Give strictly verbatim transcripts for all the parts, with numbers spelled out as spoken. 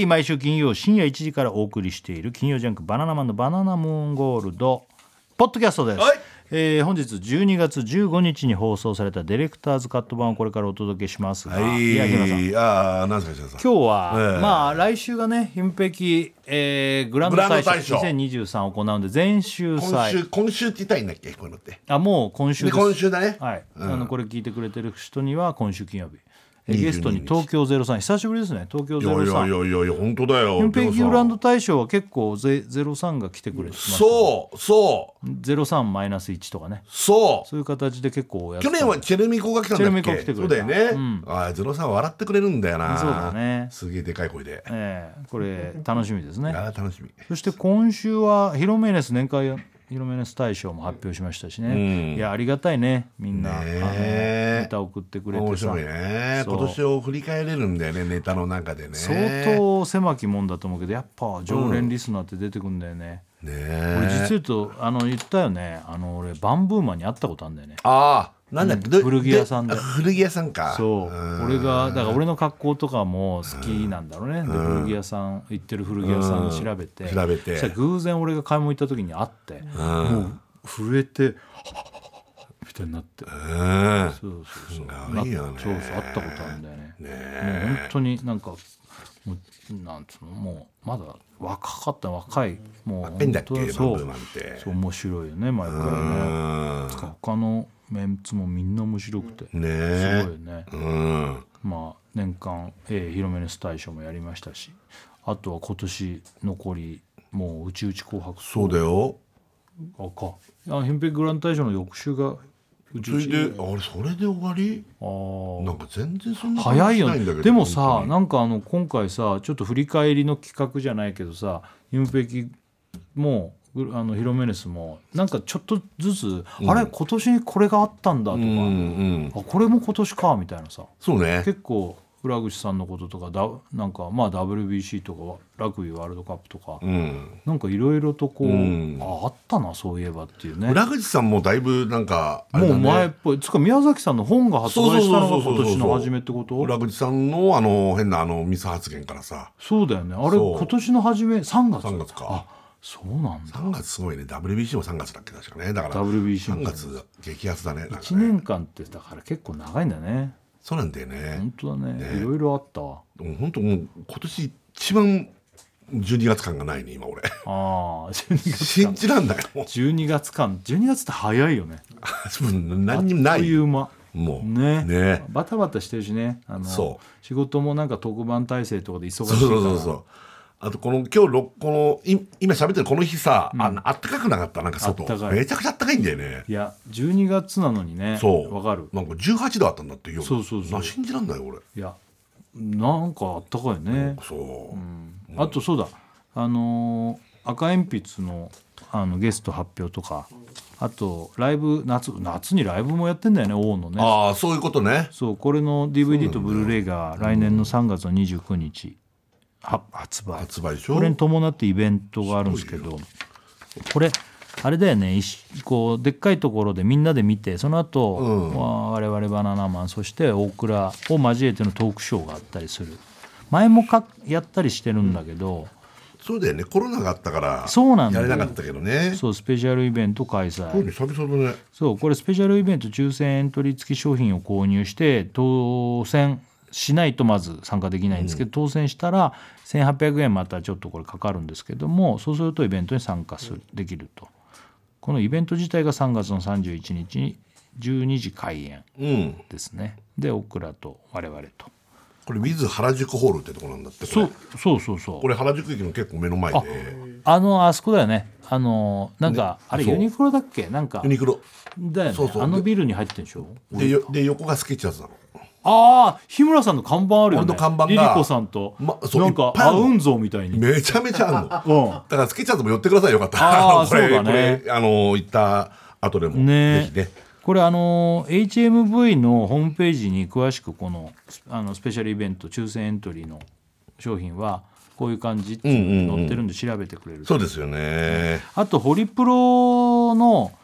毎週金曜深夜いちじからお送りしている金曜ジャンクバナナマンのバナナムーンゴールドポッドキャストです、 はい。 えー本日じゅうにがつじゅうごにちに放送されたディレクターズカット版をこれからお届けしますが、 はい。 や日村さんああ、なんですか、石田さん。 今日は、 ええまあ来週がねヒンペキ、えーグランド大賞グランド大賞にせんにじゅうさんを行うんで前週今祭週、今週って言いたいんだっけ、こういうのって。 あもう今週で、 です今週だね。 はい、 うんあのこれ聞いてくれてる人には今週金曜日えにじゅうにゲストに東京ゼロさん久しぶりですね東京いやいやゼロさんいやいやいや、本当だよ。 ヒンペキグランドでも大賞は結構ゼゼロさんが来てくれてまさしたそう、そう、 ゼロさんマイナスいちとかねそう。 そういう形で結構やってた去年はチェルミコが来たんだっけ。 チェルミコ来てくれたそうだよね。 うんああ、ゼロさん笑ってくれるんだよな。 そうだねすげえでかい声で。 ええこれ楽しみですねああ、楽しみ。 そして今週はヒロメネス年間ヒロメネス大賞も発表しましたしね、 うんいやありがたいねみんな、 ねえあのネタ送ってくれてさ面白いね。 そう今年を振り返れるんだよね、ネタの中でね。 相当狭きもんだと思うけどやっぱ常連リスナーって出てくるんだよね、 ね俺え。 実言うとあの言ったよねあの俺バンブーマンに会ったことあるんだよねああ、なんだっけ、ど古着屋さんであ古着屋さんか。 そううん俺がだから俺の格好とかも好きなんだろうね、で古着屋さん行ってる古着屋さん調べて、 調べてそしたら偶然俺が買い物行った時に会って、もう震えてみたいになって、 うん。 そうそうそうすごいよねなそうそう会ったことあるんだよねねもうえ。 本当になんかもうなんつうのもうまだ若かった若いもう若いんだっけ、バンブそうーマンって。 そう面白いよね毎回ねうん。 他のメンツもみんな面白くてすごいねよえ。 ねうん。 まあ年間、えー、ヒロメネス大賞もやりましたしあとは今年残りもううちうち紅白そうだよ。 あかあヒンペキグランド大賞の翌週がうちうちそれで、あれ、それで終わりあーなんか全然そんな早いよねしないんだけど。 でもさ本当になんかあの今回さちょっと振り返りの企画じゃないけどさヒンペキもぐあのヒロメネスもなんかちょっとずつ、あれ今年にこれがあったんだとか、 うんうん。 あこれも今年かみたいなさそうね。 結構浦口さんのこととかだなんかまあ ダブリュービーシー とかラグビーワールドカップとか、 うん。 なんかいろいろとこう、 うんああったなそういえばっていうね裏口さんもだいぶなんかあれもうだね、 前っぽいつうか宮崎さんの本が発売したのが今年の初めってこと裏口さんのあの変なあのミス発言からさ、 そうだよねあれそう今年の初めさんがつさんがつかあそうなんださんがつすごいね。 ダブリュービーシー もさんがつだっけ確かね。だからダブリュービーシーさんがつ激アツだね。なんかねいちねんかんってだから結構長いんだねそうなんだよね。 本当だねいろいろあったわでも本当もう今年一番じゅうにがつ感がないね今俺。 ああじゅうにがつ信じらんないもうじゅうにがつかんじゅうにがつって早いよね何にもなあっといいう間もうねねバタバタしてるしねあのそう仕事もなんか特番体制とかで忙しいからそうそうそうそう。あとこの今日ろこのい今喋ってるこの日さ、ああったかくなかったなんか外あったかいめちゃくちゃあったかいんだよね。 いやじゅうにがつなのにねそうわかるなんかじゅうはちどあったんだって夜。 そうそうそうな信じらんないよ俺。 いやなんかあったかいね、 そう、 あとそうだあのー赤鉛筆のあのゲスト発表とかあとライブ夏夏にライブもやってんだよね王のねああそういうことね。 そうこれの ディーブイディー とブルーレイが来年のさんがつのにじゅうくにちは発売発売でしょ。 これに伴ってイベントがあるんですけどこれあれだよねいしこうでっかいところでみんなで見てその後、 うんまあ我々バナナマンそして大倉を交えてのトークショーがあったりする前もかやったりしてるんだけど、 そうだよね。コロナがあったからそうなんだよやれなかったけどね。 そうスペシャルイベント開催そうね久々だね。 そうこれスペシャルイベント抽選エントリー付き商品を購入して当選しないとまず参加できないんですけど、当選したらせんはっぴゃくえんまたちょっとこれかかるんですけどもそうするとイベントに参加するできるとこのイベント自体がさんがつのさんじゅういちにちにじゅうにじ開演うん。 ですねでオクラと我々とこれウィズ原宿ホールってとこなんだってこれ。 そうそうそうそうこれ原宿駅の結構目の前で。 あのあそこだよねあのなんか、 ねそうあれユニクロだっけなんかユニクロだよねそうそうあのビルに入ってんでしょでよで横がスケッチャーズなの。 ああ日村さんの看板あるよね俺の看板がリリコさんと、 まそうなんかいっぱいあるの合うんぞみたいにめちゃめちゃあるの。 うんだからスケッチャーズも寄ってくださいよかったあーのこれそうだねこれあの行った後でもねぜひね。 これあの エイチエムブイ のホームページに詳しくこのあのスペシャルイベント抽選エントリーの商品はこういう感じっていうの載ってるんで調べてくれると、 そうですよね。 あとホリプロの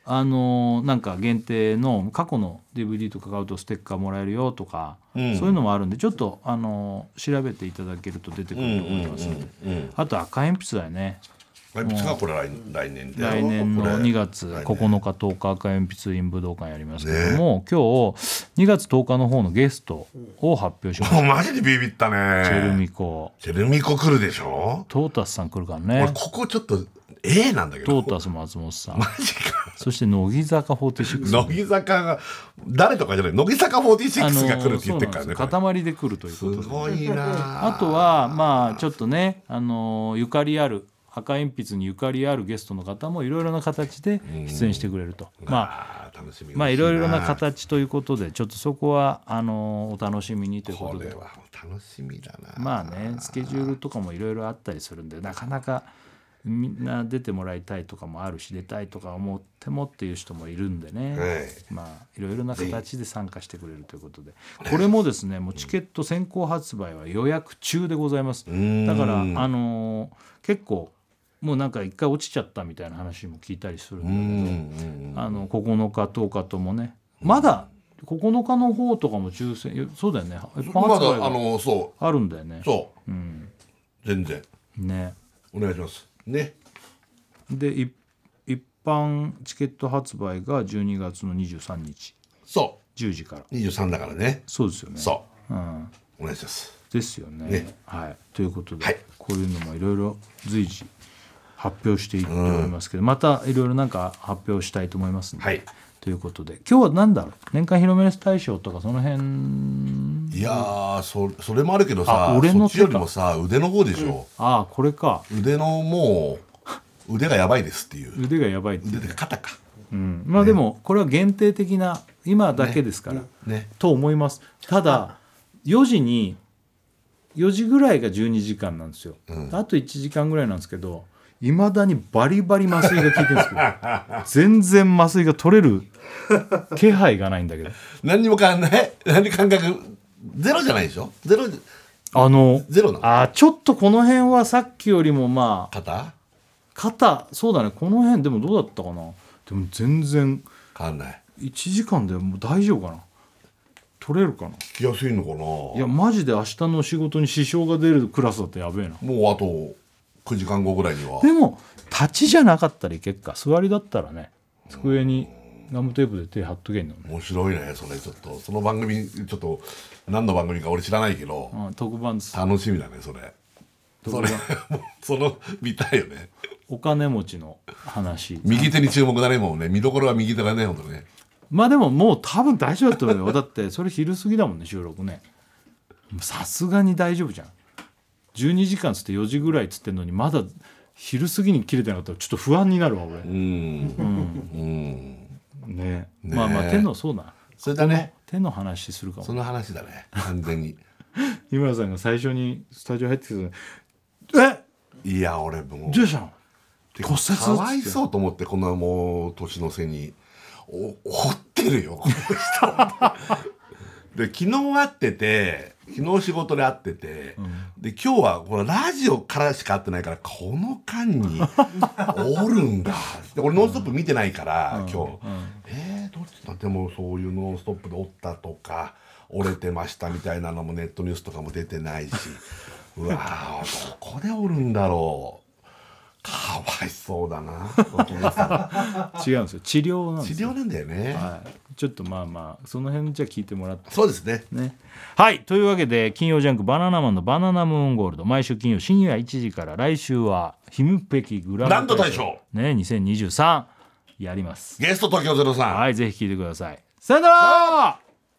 あのなんか限定の過去の ディーブイディー とか買うとステッカーもらえるよとか、うん、そういうのもあるんでちょっとあの調べていただけると出てくると思いますので、うんうんうんうん、あと赤鉛筆だよね。 赤鉛筆がこれ 来, 来年で来年のにがつここのかとおか赤鉛筆 in 武道館やりますけども、ね、今日にがつとおかの方のゲストを発表しました。 マジでビビったね。 チェルミコチェルミコ来るでしょ。 トータスさん来るからね。 俺ここちょっとええなんだけど。 トータス松本さんマジか。 そして乃木坂フォーティーシックス、 乃木坂が誰とかじゃない乃木坂フォーティーシックスが来るって言ってるからね。 塊で来るということで、 すごいな。 あとはまあちょっとねあのゆかりある赤鉛筆にゆかりあるゲストの方もいろいろな形で出演してくれると、まあ楽しみまあいろいろな形ということでちょっとそこはあのお楽しみにということで。 これは楽しみだな。 まあねスケジュールとかもいろいろあったりするんでなかなかみんな出てもらいたいとかもあるし出たいとか思ってもっていう人もいるんでね、はい、まあいろいろな形で参加してくれるということでこれもですねもうチケット先行発売は予約中でございます。だからあのー、結構もうなんか一回落ちちゃったみたいな話も聞いたりするんだけどあのここのかとおかともねまだここのかの方とかも抽選そうだよね一般発売があのそうあるんだよね。 そう、うん、全然ねお願いしますね。 で一般チケット発売がじゅうにがつのにじゅうさんにちそうじゅうじからにじゅうさんだからね。 そうですよね。 そう、 うん、 お願いしますですよね。 ねはい、ということで、 はい、 こういうのもいろいろ随時発表していっておりますけど、うん、またいろいろなんか発表したいと思いますので、はい、ということで今日は何だろう年間広めレス大賞とかその辺いやー そ, それもあるけどさ俺のそっちよりもさ腕の方でしょ、うん、 ああこれか腕のもう腕がやばいですっていう腕がやばいっていう腕で肩か、 うん、まあでもこれは限定的な今だけですから、ねね、と思います。ただよじによじぐらいがじゅうにじかんなんですよ、うん、あといちじかんぐらいなんですけどいまだにバリバリ麻酔が効いてるんですけど全然麻酔が取れる気配がないんだけど何にも変わんない何感覚ゼロじゃないでしょ。ゼロあのゼロなの。 あちょっとこの辺はさっきよりもまあ肩肩そうだねこの辺でもどうだったかな。でも全然変わんない。 いちじかんでもう大丈夫かな取れるかな。 聞きやすいのかな。 いやマジで明日の仕事に支障が出るクラスだってやべえな。 もうあとくじかんごぐらいには。 でも立ちじゃなかったらいけっか座りだったらね机にガムテープで手貼っとけんのね。 面白いねそれ。ちょっとその番組ちょっと何の番組か俺知らないけど、 うん、特番です。 楽しみだねそれ。それその見たいよね。 お金持ちの話右手に注目だねもうね見どころは右手だねほんとね。 まあでももう多分大丈夫だと思うよだってそれ昼過ぎだもんね収録ね。さすがに大丈夫じゃん。じゅうにじかんつってよじぐらいつってんのにまだ昼過ぎに切れてなかったらちょっと不安になるわ俺。うん、うんうん、ね, ねまあまあ手のそうだそれだね手の話するかも。 その話だね完全に日村さんが最初にスタジオ入ってきてえいや俺もうどうしたの骨折かわいそうと思ってこんなもう年の瀬にお掘ってるよこの人で昨日会ってて昨日仕事で会ってて、うん、で今日はこのラジオからしか会ってないからこの間におるんだで俺ノンストップ見てないから、うん、今日、うん、えー、どっちだでもそういうノンストップでおったとか折れてましたみたいなのもネットニュースとかも出てないしうわーどこでおるんだろうかわいそうだな違うんですよ治療なんですよ。 治療なんだよね、 はい、ちょっとまあまあその辺じゃ聞いてもらってそうですね。 ねはいというわけで金曜ジャンクバナナマンのバナナムーンゴールド毎週金曜深夜いちじから来週はヒムペキグランド大賞ねにせんにじゅうさんやります。 ゲスト東京ゼロさんはいぜひ聞いてください。さよなら。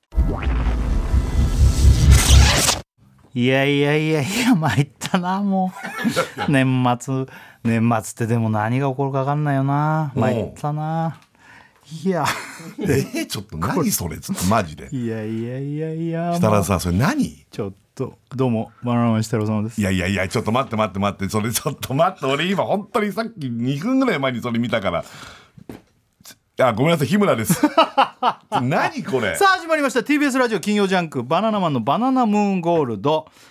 いやいやいやいや参ったなもう年末年末ってでも何が起こるか分かんないよな参ったな。いやえー、ちょっと何それちょっとマジでいやいやいやいや設楽さんそれ何ちょっとどうもバナナマン設楽様です。 いやいやいやちょっと待って待って待ってそれちょっと待って俺今本当にさっきにふんぐらい前にそれ見たからあごめんなさい日村です何これさあ始まりました ティービーエス ラジオ金曜ジャンクバナナマンのバナナムーンゴールド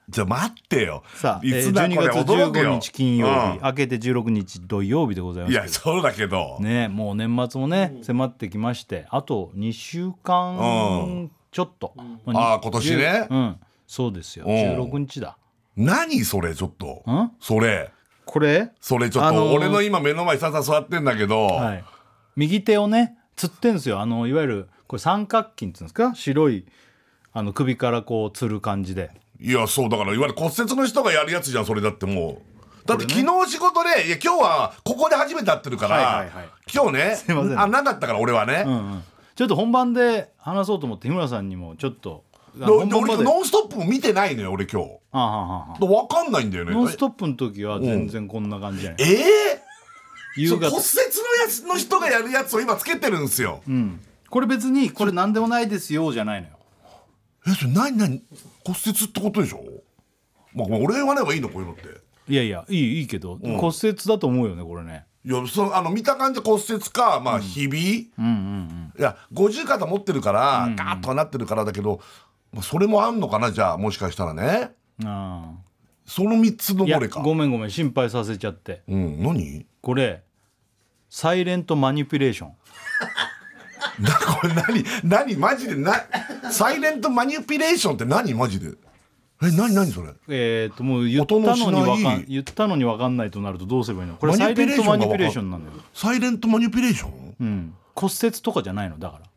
じゃあ待ってよ。 さあ、 いえー、12 つだこれ月15 驚くよ日金曜日、 うん明けてじゅうろくにち土曜日でございますけど。 いやそうだけど、 ね、もう年末もね迫ってきまして、あとにしゅうかんちょっと、まああ今年ね、 うん、そうですよ、 うんじゅうろくにちだ。 何それちょっとんそれこれそれちょっと、 あのー俺の今目の前ささ座ってんだけど、 はい、右手をねつってんすよ。あのいわゆるこれ三角筋っていうんですか、白いあの首からこうつる感じで。 いやそうだからいわゆる骨折の人がやるやつじゃんそれ。だってもうだって昨日仕事で、いや今日はここで初めて会ってるから、 はいはいはい、 今日ねすいませんあなかったから俺はね、 うんうん、ちょっと本番で話そうと思って日村さんにもちょっとで本番まで俺ノンストップも見てないのよ俺今日。 ああはあはあ、 分かんないんだよね。 ノンストップの時は全然こんな感じじゃない、 ええー、 夕方骨折のやつの人がやるやつを今つけてるんですよ、 うん、これ別にこれ何でもないですよじゃないのよ。 えそれ何何骨折ってことでしょ。まあ俺はねばいいのこういうのって。 いやいやいいいいけど、うん、骨折だと思うよねこれね。 いやそあの見た感じ骨折かまあひび、うんうんうん、いや五十肩持ってるから、うんうん、ガーッとはなってるからだけど、まあ、それもあんのかなじゃあもしかしたらね。あそのみっつのどれか。 ごめんごめん心配させちゃって、 うん、何これサイレントマニピュレーションなこれ何何マジでなサイレントマニピュレーションって何マジで。え何何それ。 えっともう言ったのにわかん言ったのに分かんないとなるとどうすればいいの。これサイレントマニピュレーションなんだよ。 サイレントマニピュレーション、うん、 骨折とかじゃないのだから。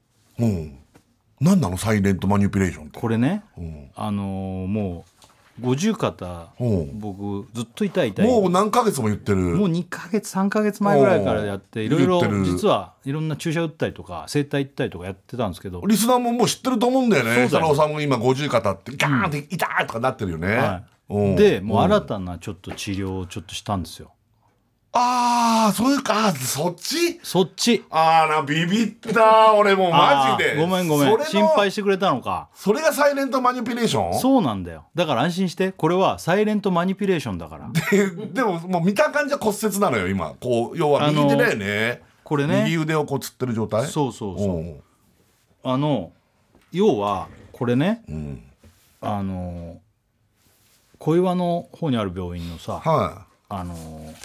うん何なのサイレントマニピュレーションって。 これね、うん、あのー、もう五十肩、うん、僕ずっと痛い痛いもう何ヶ月も言ってる。 もうにかげつさんかげつまえぐらいからやっていろいろ実はいろんな注射打ったりとか整体行ったりとかやってたんですけど、 リスナーももう知ってると思うんだよね。佐野さんも今五十肩ってガーンって痛いとかなってるよね、はい、 でもう新たなちょっと治療をちょっとしたんですよ。 ああそういうかそっちそっちああなビビった俺もうマジでごめんごめん心配してくれたのか。 それがサイレントマニピュレーション。 そうなんだよ。だから安心してこれはサイレントマニピュレーションだから。 で, でももう見た感じは骨折なのよ今こう要は右手だよね。 これね右腕をこうつってる状態。 そうそうそう。あの要はこれね、うん、あの小岩の方にある病院のさ、はい、あの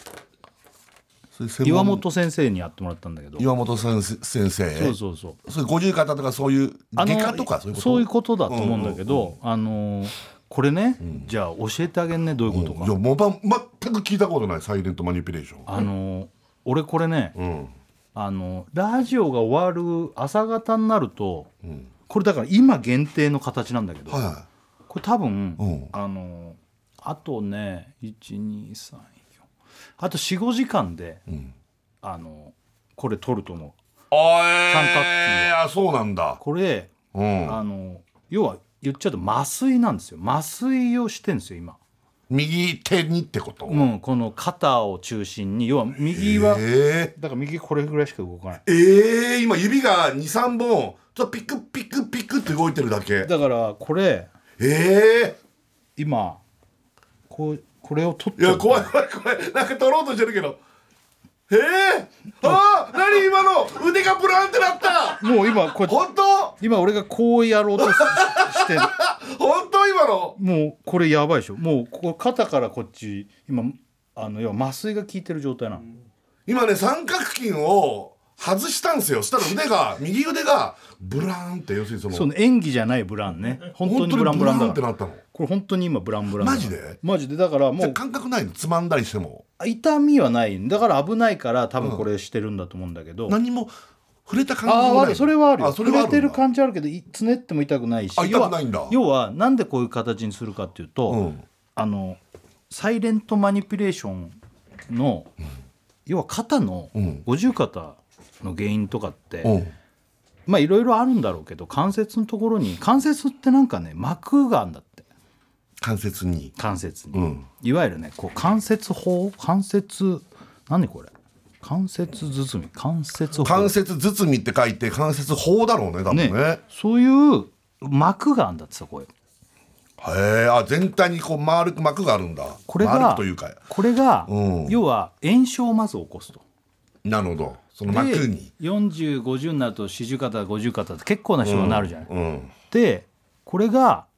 岩本先生にやってもらったんだけど。 岩本先生そうそうそう。 それ五十肩とかそういう外科とかそういうこと。 そういうことだと思うんだけど、うんうんうん、あのこれね、うん、じゃあ教えてあげんねどういうことか。 いやもう全く聞いたことないサイレントマニピュレーション。 あの俺これね、うん、あのラジオが終わる朝方になると、うん、これだから今限定の形なんだけど、はい、これ多分、うん、あのあとねいちにさんあと よん,ご 時間で、うん、あのこれ取ると思う。 あ三角筋あそうなんだ。 これ、うん、あの要は言っちゃうと麻酔なんですよ。麻酔をしてんですよ今。 右手にってこと。 うん、この肩を中心に要は右は、えー、だから右これぐらいしか動かない。 えー、今指がにさんぼんちょっとピクピクピクって動いてるだけだからこれえー、 今こうこれを取っていや怖い怖い怖いなんか取ろうとしてるけどえー、あー何今の腕がブランってなったもう今これ本当今俺がこうやろうとしてる本当今のもうこれやばいでしょ。もうここ肩からこっち今あの要は麻酔が効いてる状態なの。 今ね三角筋を外したんですよ。したら腕が右腕がブラーンって要するにそのそう、ね、演技じゃないブランね。本当にブランブランだってなったの。 これ本当に今ブランブランマジでマジでだからもう感覚ないのつまんだりしても痛みはないだから危ないから多分これしてるんだと思うんだけど、 うん、何も触れた感覚もない。 ああそれはあるよ。触れてる感じあるけどつねっても痛くないし。 あ痛くないんだ。 要はなんでこういう形にするかっていうと、うん、あのサイレントマニピュレーションの、うん、要は肩の五十肩の原因とかって、うん、まあいろいろあるんだろうけど関節のところに関節ってなんかね膜があるんだって。 関節に関節に、うん、いわゆるねこう関節包関節何これ関節包み関節包関節包みって書いて関節包だろうね多分ね。ねそういう膜があるんだってさこれ。 へえあ全体にこう丸く膜があるんだ。 これが丸くというかこれが、うん、要は炎症をまず起こすと。 なるほど。その膜によんじゅう、ごじゅうになると四十肩五十肩って結構な人になるじゃない、うんうん、でこれが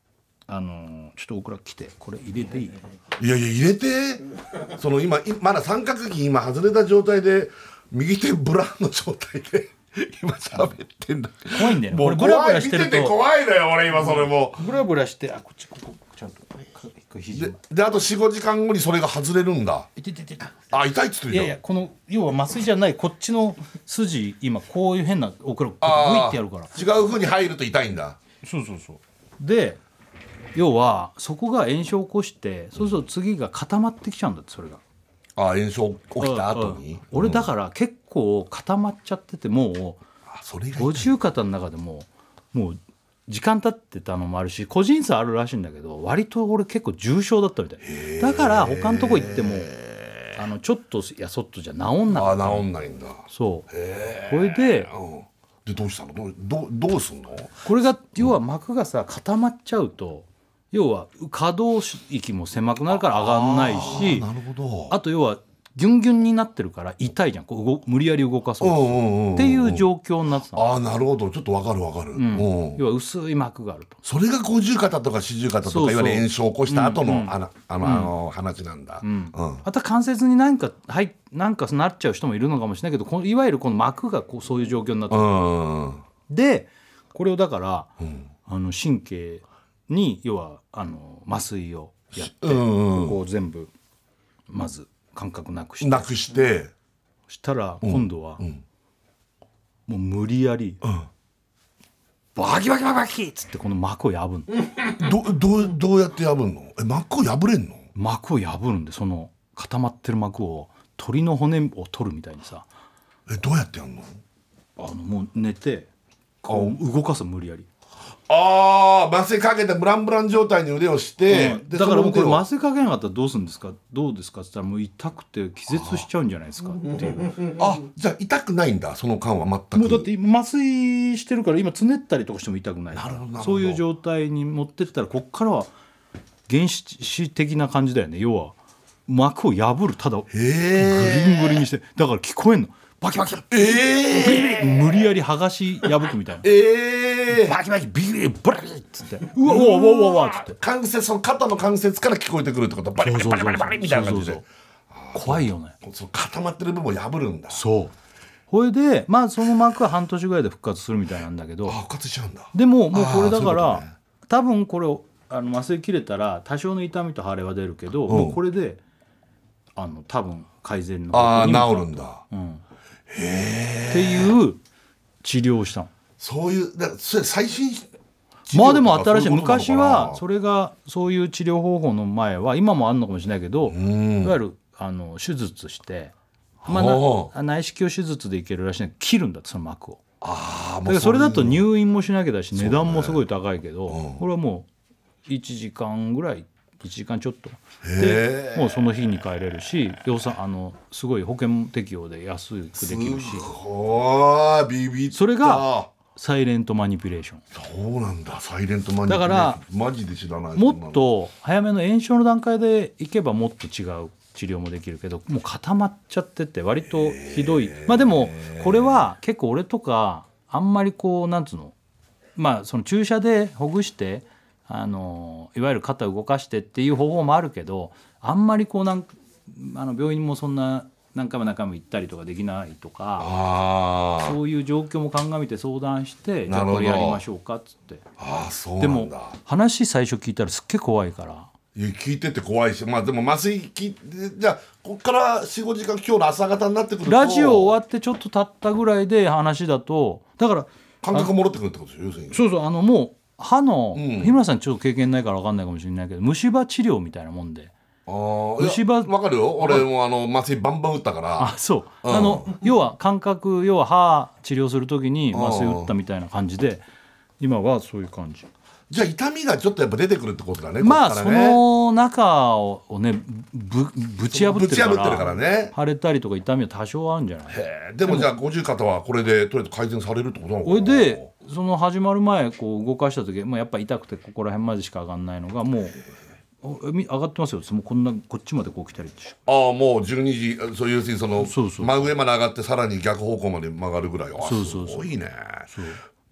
あのちょっとオクラ来てこれ入れていい？ いやいや入れてその今まだ三角筋今外れた状態で右手ブランの状態で今喋ってんだ。 怖いんだよね。 もうこれブラブラしてると見てて怖いのよ俺今それも。 ブラブラしてあこっちここちゃんと肘でであと よん,ご 時間後にそれが外れるんだ。 いてててあ痛いっつってるじゃん。 いやいやこの要は麻酔じゃないこっちの筋今こういう変なオクラグイってやるから違う風に入ると痛いんだ。 そうそうそうで要はそこが炎症を起こしてそうすると次が固まってきちゃうんだってそれが。 あ炎症起きた後に、 うんうん、俺だから結構固まっちゃっててもうあそれが五十肩の中でももう時間経ってたのもあるし個人差あるらしいんだけど割と俺結構重症だったみたいだから他のとこ行ってもあのちょっとやそっとじゃ治んなかった。 あ治んないんだ。 そうこれで、 うん、でどうしたのどうどうどうすんのこれが要は膜がさ固まっちゃうと要は可動域も狭くなるから上がんないしあ, なるほどあと要はギュンギュンになってるから痛いじゃんこう動無理やり動かそうとするっていう状況になってたの。 ああなるほどちょっとわかるわかる、うんうん、要は薄い膜があるとそれが五十肩とか四十肩とかそうそういわゆる炎症を起こした後の、 うんうん、 あのあの、うん、あの話なんだ、うんうん、 また関節に何かはいなんかなっちゃう人もいるのかもしれないけどこのいわゆるこの膜がこうそういう状況になってる、うん、でこれをだから、うん、あの神経に要はあの麻酔をやって、うんうん、ここを全部まず感覚なくしてなくしてそしたら今度は、うんうん、もう無理やり、うん、バキバキバキバキっつってこの膜を破るのどどどうやって破るの？え膜を破れんの？ 膜を破るんでその固まってる膜を鳥の骨を取るみたいにさ。 えどうやってやんの？ あのもう寝て顔動かす無理やり。 ああ麻酔かけてブランブラン状態に腕をして、 うん、だからもうこれ麻酔かけなかったらどうするんですかどうですかって言ったらもう痛くて気絶しちゃうんじゃないですかっていうあじゃあ痛くないんだその間は全く。 もうだって麻酔してるから今つねったりとかしても痛くないから。そういう状態に持ってったらこっからは原始的な感じだよね。要は膜を破るただグリングリにしてだから聞こえんのバキバキえー、無理やり剥がし破くみたいなえー、バキバキビリブラキッつってうわうわうわうわうわっつって関節その肩の関節から聞こえてくるってことバリバリバリバリバリみたいな感じで怖いよね。 そう固まってる部分を破るんだ。 そうこれでまあその膜は半年ぐらいで復活するみたいなんだけどあ復活しちゃうんだ。 でももうこれだから、ね、多分これあの麻酔切れたら多少の痛みと腫れは出るけど、うん、もうこれであの多分改善の方向にもあ治るんだ、 うん、へっていう治療をしたの。 そういうだそれ最新まあでも新しい昔はそれがそういう治療方法の前は今もあるのかもしれないけど、うん、いわゆるあの手術して、まあ、内視鏡手術でいけるらしいのに切るんだってその膜を。あだからそれだと入院もしなきゃだし値段もすごい高いけど、ねうん、これはもういちじかんぐらいいちじかんちょっとでもうその日に帰れるし予算あのすごい保険適用で安くできるしすビビったそれがサイレントマニピュレーション。 そうなんだサイレントマニピュレーションだからマジで知らない。 もっと早めの炎症の段階でいけばもっと違う治療もできるけどもう固まっちゃってて割とひどい。まあでもこれは結構俺とかあんまりこうなんつうのまあその注射でほぐしてあのいわゆる肩を動かしてっていう方法もあるけどあんまりこうなんあの病院もそんな何回も何回も行ったりとかできないとかあそういう状況も鑑みて相談してじゃあこれやりましょうかっつってあそうなんだ。 でも話最初聞いたらすっげえ怖いからいや聞いてて怖いしまあでも麻酔きじゃあこっから よん,ご 時間今日の朝方になってくるとラジオ終わってちょっと経ったぐらいで話だとだから感覚戻ってくるってことですよ要するに。 そうそうあのもう歯の、うん、日村さんちょっと経験ないから分かんないかもしれないけど虫歯治療みたいなもんであ虫歯分かるよ俺もあの麻酔バンバン打ったからあそう、うん、あの要は感覚要は歯治療するときに麻酔打ったみたいな感じで今はそういう感じ。 じゃあ痛みがちょっとやっぱ出てくるってことだね。 まあこっからねその中をね ぶ, ぶち破ってるからぶち破ってるからね腫れたりとか痛みは多少あるんじゃない。 へでもじゃあ五十肩はこれでとりあえず改善されるってことなのかな。これでその始まる前こう動かした時もうやっぱ痛くてここら辺までしか上がんないのがもう上がってますよ。もうこんなこっちまでこう来たりああもうじゅうにじそういう要するにそのそうそう真上まで上がってさらに逆方向まで曲がるぐらいあそうそうそうすごいね。 そう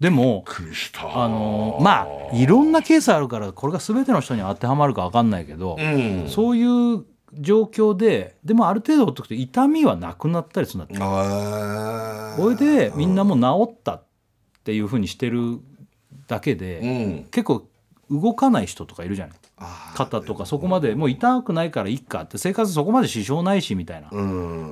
でもびっくりしたあのまあいろんなケースあるからこれが全ての人に当てはまるか分かんないけど、 うん、 そういう状況ででもある程度ほっとくと痛みはなくなったりするんだって。 あこれでみんなもう治ったっていうふうにしてるだけで、 うん、 結構動かない人とかいるじゃない。 あ肩とかそこまでもう痛くないからいっかって生活そこまで支障ないしみたいな、 うん、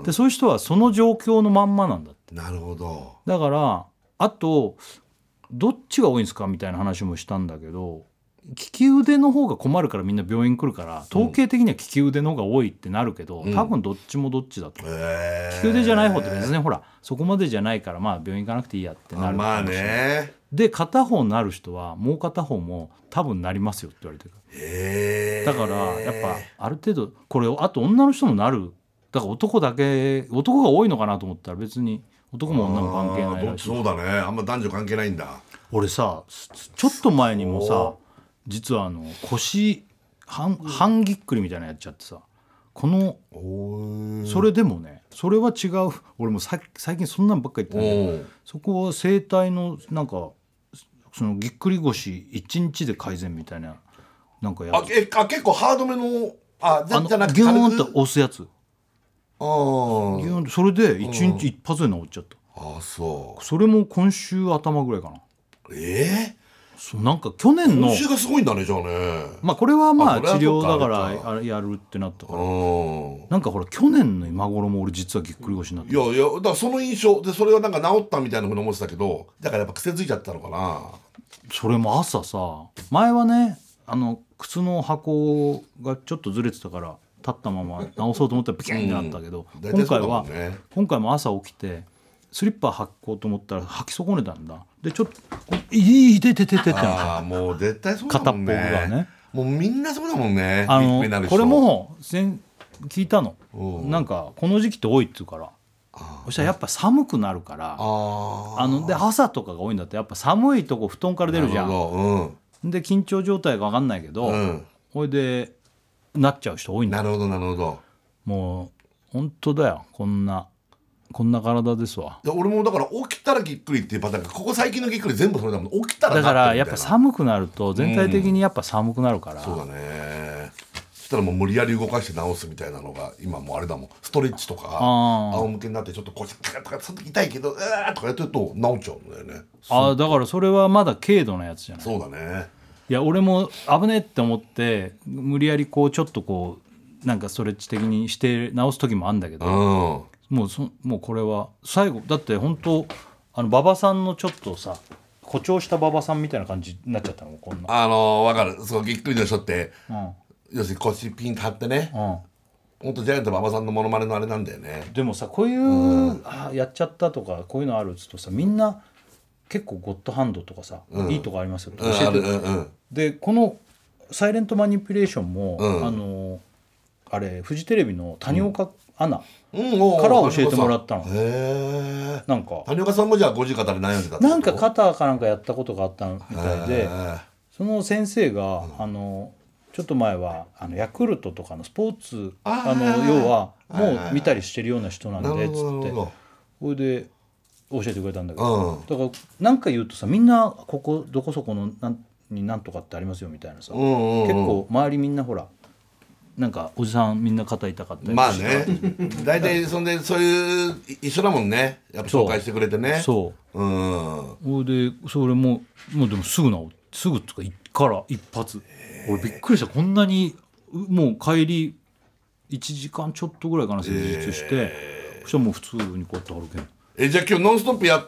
でそういう人はその状況のまんまなんだって。 なるほど。 だからあとどっちが多いんですかみたいな話もしたんだけど、利き腕の方が困るからみんな病院来るから統計的には利き腕の方が多いってなるけど、多分どっちもどっちだと、 へー利き腕じゃない方って別にほらそこまでじゃないからまあ病院行かなくていいやってなるまあかもしれない。 ね。 で片方なる人はもう片方も多分なりますよって言われてる。 へーだからやっぱある程度これあと女の人もなる。だから男だけ男が多いのかなと思ったら別に男も女も関係ないらしい。 そうだね、あんま男女関係ないんだ。 俺さちょっと前にもさ実はあの腰半半ぎっくりみたいなのやっちゃってさ、このそれでもねそれは違う。俺もさ最近そんなんばっかり言ってないけど、そこは整体のなんかそのぎっくり腰いちにちで改善みたいななんかやあえあ結構ハードめのあじゃあのじゃなくてギューン軽くと押すやつ、 あーギューンとそれでいちにち一発で治っちゃった。 あそうそれも今週頭ぐらいかな。 えそうなんか去年ー、 の今週がすごいんだねじゃあね。 まあこれはまあ治あそれはそっか療だからあれかあれやるってなったから、 うんなんかほら去年の今頃も俺実はぎっくり腰になっていやいやだからその印象でそれはなんか治ったみたいなふうに思ってたけど、だからやっぱ癖づいちゃったのかな。 それも朝さ前はねあの靴の箱がちょっとずれてたから立ったまま直そうと思ったらピキンってなったけど、 うん大体そうだも今回はんね今回も朝起きてスリッパ履こうと思ったら履き損ねたんだ。でちょっといいててててってああもう絶対そうだもんね。 片っぽがねもうみんなそうだもんね。 あびっくりになる人のこれも前聞いたの、 うんなんかこの時期って多いって言うから、そしたらやっぱ寒くなるからああので朝とかが多いんだってやっぱ寒いとこ布団から出るじゃん。 ん。 で緊張状態が分かんないけど、 うんほいでなっちゃう人多いんだ。 なるほどなるほど。 もう本当だよこんなこんな体ですわ。 いや俺もだから起きたらぎっくりっていうパターンがここ最近のぎっくり全部それだもん。起きたらだからやっぱなってるみたいな寒くなると全体的にやっぱ寒くなるから、 そうだね。そしたらもう無理やり動かして治すみたいなのが今もうあれだもん。ストレッチとかあー仰向けになってちょっと腰とかその時痛いけどうわーとかやってると治っちゃうんだよね。 あーだからそれはまだ軽度のやつじゃない。 そうだね。 いや俺も危ねえって思って無理やりこうちょっとこうなんかストレッチ的にして治す時もあるんだけど、 うんもうそもうこれは最後だって本当あの馬場さんのちょっとさ誇張した馬場さんみたいな感じになっちゃったのこんな。 あのー、分かる。そうぎっくりの人ってうん要するに腰ピンと張ってね、 うんほんとジャイアント馬場さんのモノマネのあれなんだよね。 でもさこういう、うん、あやっちゃったとかこういうのあるっつうとさみんな結構ゴッドハンドとかさ、うん、いいとこありますよとうん、 教えて、 うんうん、 でこのサイレントマニピュレーションも、うん、あのあれフジテレビの谷岡アナから教えてもらったの、うん、へなんか谷岡さんもじゃあごじ肩で悩んでたってことなんか肩かなんかやったことがあったみたいで、その先生が、うん、あのちょっと前はあのヤクルトとかのスポーツあの要はもう見たりしてるような人なんでっつってそれで教えてくれたんだけど、うん、だから何か言うとさみんなここどこそこのなんになんとかってありますよみたいなさ、うんうんうん、結構周りみんなほらなんかおじさんみんな肩痛かったりまあね大体そんでそういう一緒だもんねやっぱ紹介してくれてねそううんでそれももうでもすぐ治ってすぐとかから一発俺びっくりしたこんなにもう帰りいちじかんちょっとぐらいかな施術して、そしたらもう普通にこうやって歩ける。 えじゃあ今日「ノンストップ!」やって、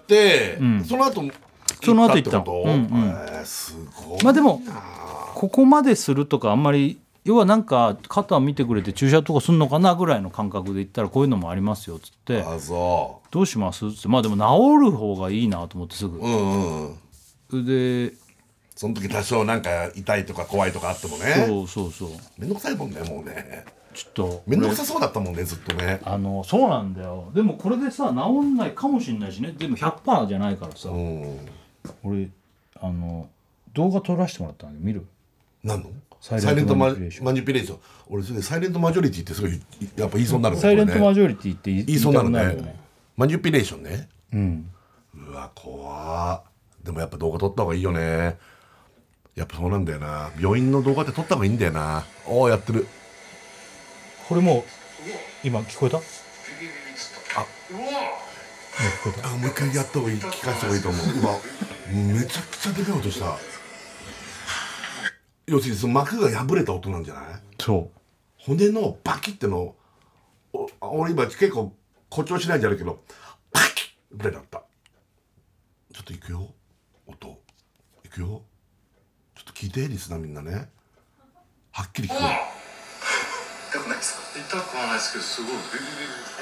うん、その後その後行ったの、うんうんえー、すごいまあでもここまでするとかあんまり要はなんか肩見てくれて注射とかすんのかなぐらいの感覚で言ったらこういうのもありますよっつってあそうどうしますっつってまあでも治る方がいいなと思ってすぐ、 うんうん、 でその時多少なんか痛いとか怖いとかあってもねそうそうそうめんどくさいもんねもうねちょっとめんどくさそうだったもんねずっとねあのそうなんだよでもこれでさ治んないかもしれないしねでも ひゃくパーセント じゃないからさ、うん、俺あの動画撮らせてもらったんで見る何のサイレントマニピュレーション俺それでサイレントマジョリティってすごいやっぱ言いそうになるねサイレントマジョリティって言いそうになるねねマニピュレーションねうんうわ怖でもやっぱ動画撮った方がいいよね。やっぱそうなんだよな。病院の動画って撮った方がいいんだよな。おおやってる。 これもう今聞こえた？あ、 うわあ、もう一回やった方がいい、聞かせた方がいいと思う。うわめちゃくちゃでかい音した。要するにその膜が破れた音なんじゃない？ そう。 骨のバキってのお俺今結構誇張しないんじゃないけどバキッぐらいだった。ちょっといくよ、音いくよ。ちょっと聞いてリスナーみんなね、はっきり聞こえる。 痛くないですか？痛くはないですけどすごいビビビビ。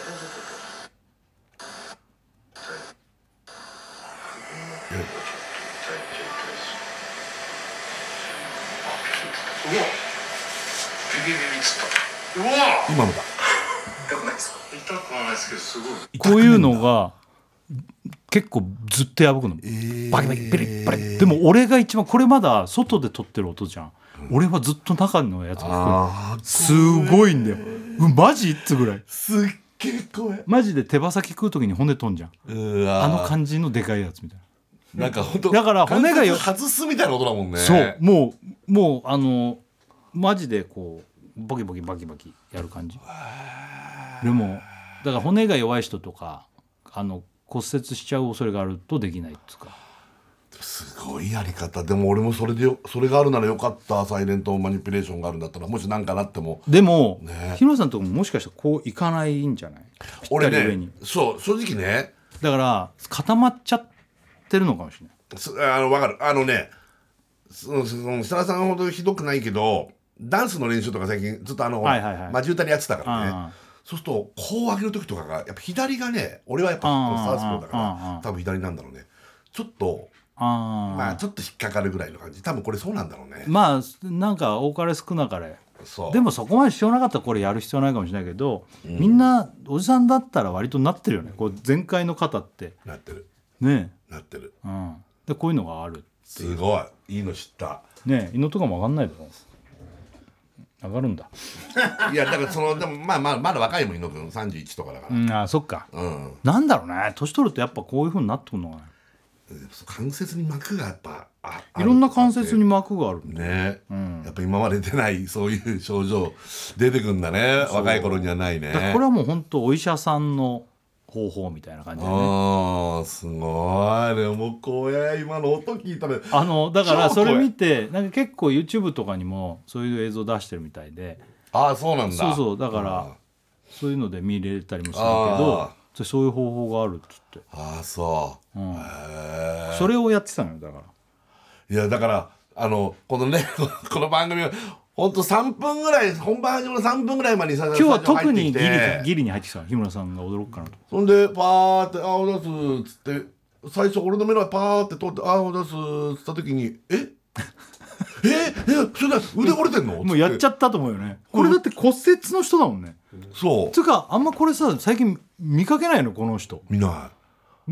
うわビビビビっつった。うわ今のだ。 痛くないですか？痛くはないですけどすごい。 こういうのが結構ずっと破くの、 えー、 バキバキビリッバリッ。でも俺が一番これまだ外で撮ってる音じゃん、うん、俺はずっと中のやつが聞こえる。すごいんだよ、うん、マジっつぐらいすっげえ怖い。 マジで手羽先食う時に骨飛んじゃん。 うわあの感じのでかいやつみたいな。 なんか本当だから骨がよ外すみたいな音だもんね。 そうもうもうあのマジでこうボキボキバキバキやる感じ。でもだから骨が弱い人とかあの骨折しちゃう恐れがあるとできないっつうか。 すごいやり方。でも俺もそれでよそれがあるならよかった。サイレントマニピュレーションがあるんだったら、もし何かなっても。 でも、 ね、 日村さんとこももしかしたらこういかないんじゃない？ 俺ね、そう正直ね、 だから固まっちゃってるのかもしれない。 あの分かる。あのね、そのその設楽さんほどひどくないけど、ダンスの練習とか最近ずっとあの、はいはいはい、マジ歌でやってたからね。そうするとこう上げる時とかがやっぱ左がね、俺はやっぱサウスポーだから多分左なんだろうね。ちょっとあまあちょっと引っかかるぐらいの感じ。多分これそうなんだろうね。 まあなんか多かれ少なかれ。でもそこまで必要なかったらこれやる必要ないかもしれないけど、うん、みんなおじさんだったら割となってるよね。こう全開の肩ってなってるねなってる、 うん、でこういうのがあるっていう。 すごいいいの知ったね。胃のとかも上がんないだろ。上がるんだいやだからそのでもまあまあまだ若いもん、井野君さんじゅういちとかだから、うん、 ああそっか、 うん、 なんだろうね、年取るとやっぱこういう風になってくるのかな。 関節に膜がやっぱあいろんな関節に膜があるね、うん、やっぱ今まで出ないそういう症状出てくんだね。若い頃にはないね。 これはもう本当お医者さんの方法みたいな感じでね。 ああすごい。でも怖い今の音聞いたらあのだからそれ見てなんか結構 YouTube とかにもそういう映像出してるみたいで。 ああそうなんだ。 そうそうだからそういうので見れたりもするけど、そういう方法があるっつって。 ああそう、うん、 へそれをやってたのよ。だからいやだからあのこのねこの番組はほんとさんぷんぐらい、本番始まるさんぷんぐらいまでに今日は特にギリギリに入ってきた。日村さんが驚くかなと。 そんでパーって「あおだす」っつって最初俺の目の前パーって通って「あおだす」っつった時に「えええそれだ腕折れてんの？」 もうやっちゃったと思うよね。これだって骨折の人だもんね。 そうつうかあんまこれさ最近見かけないのこの人。 見ない。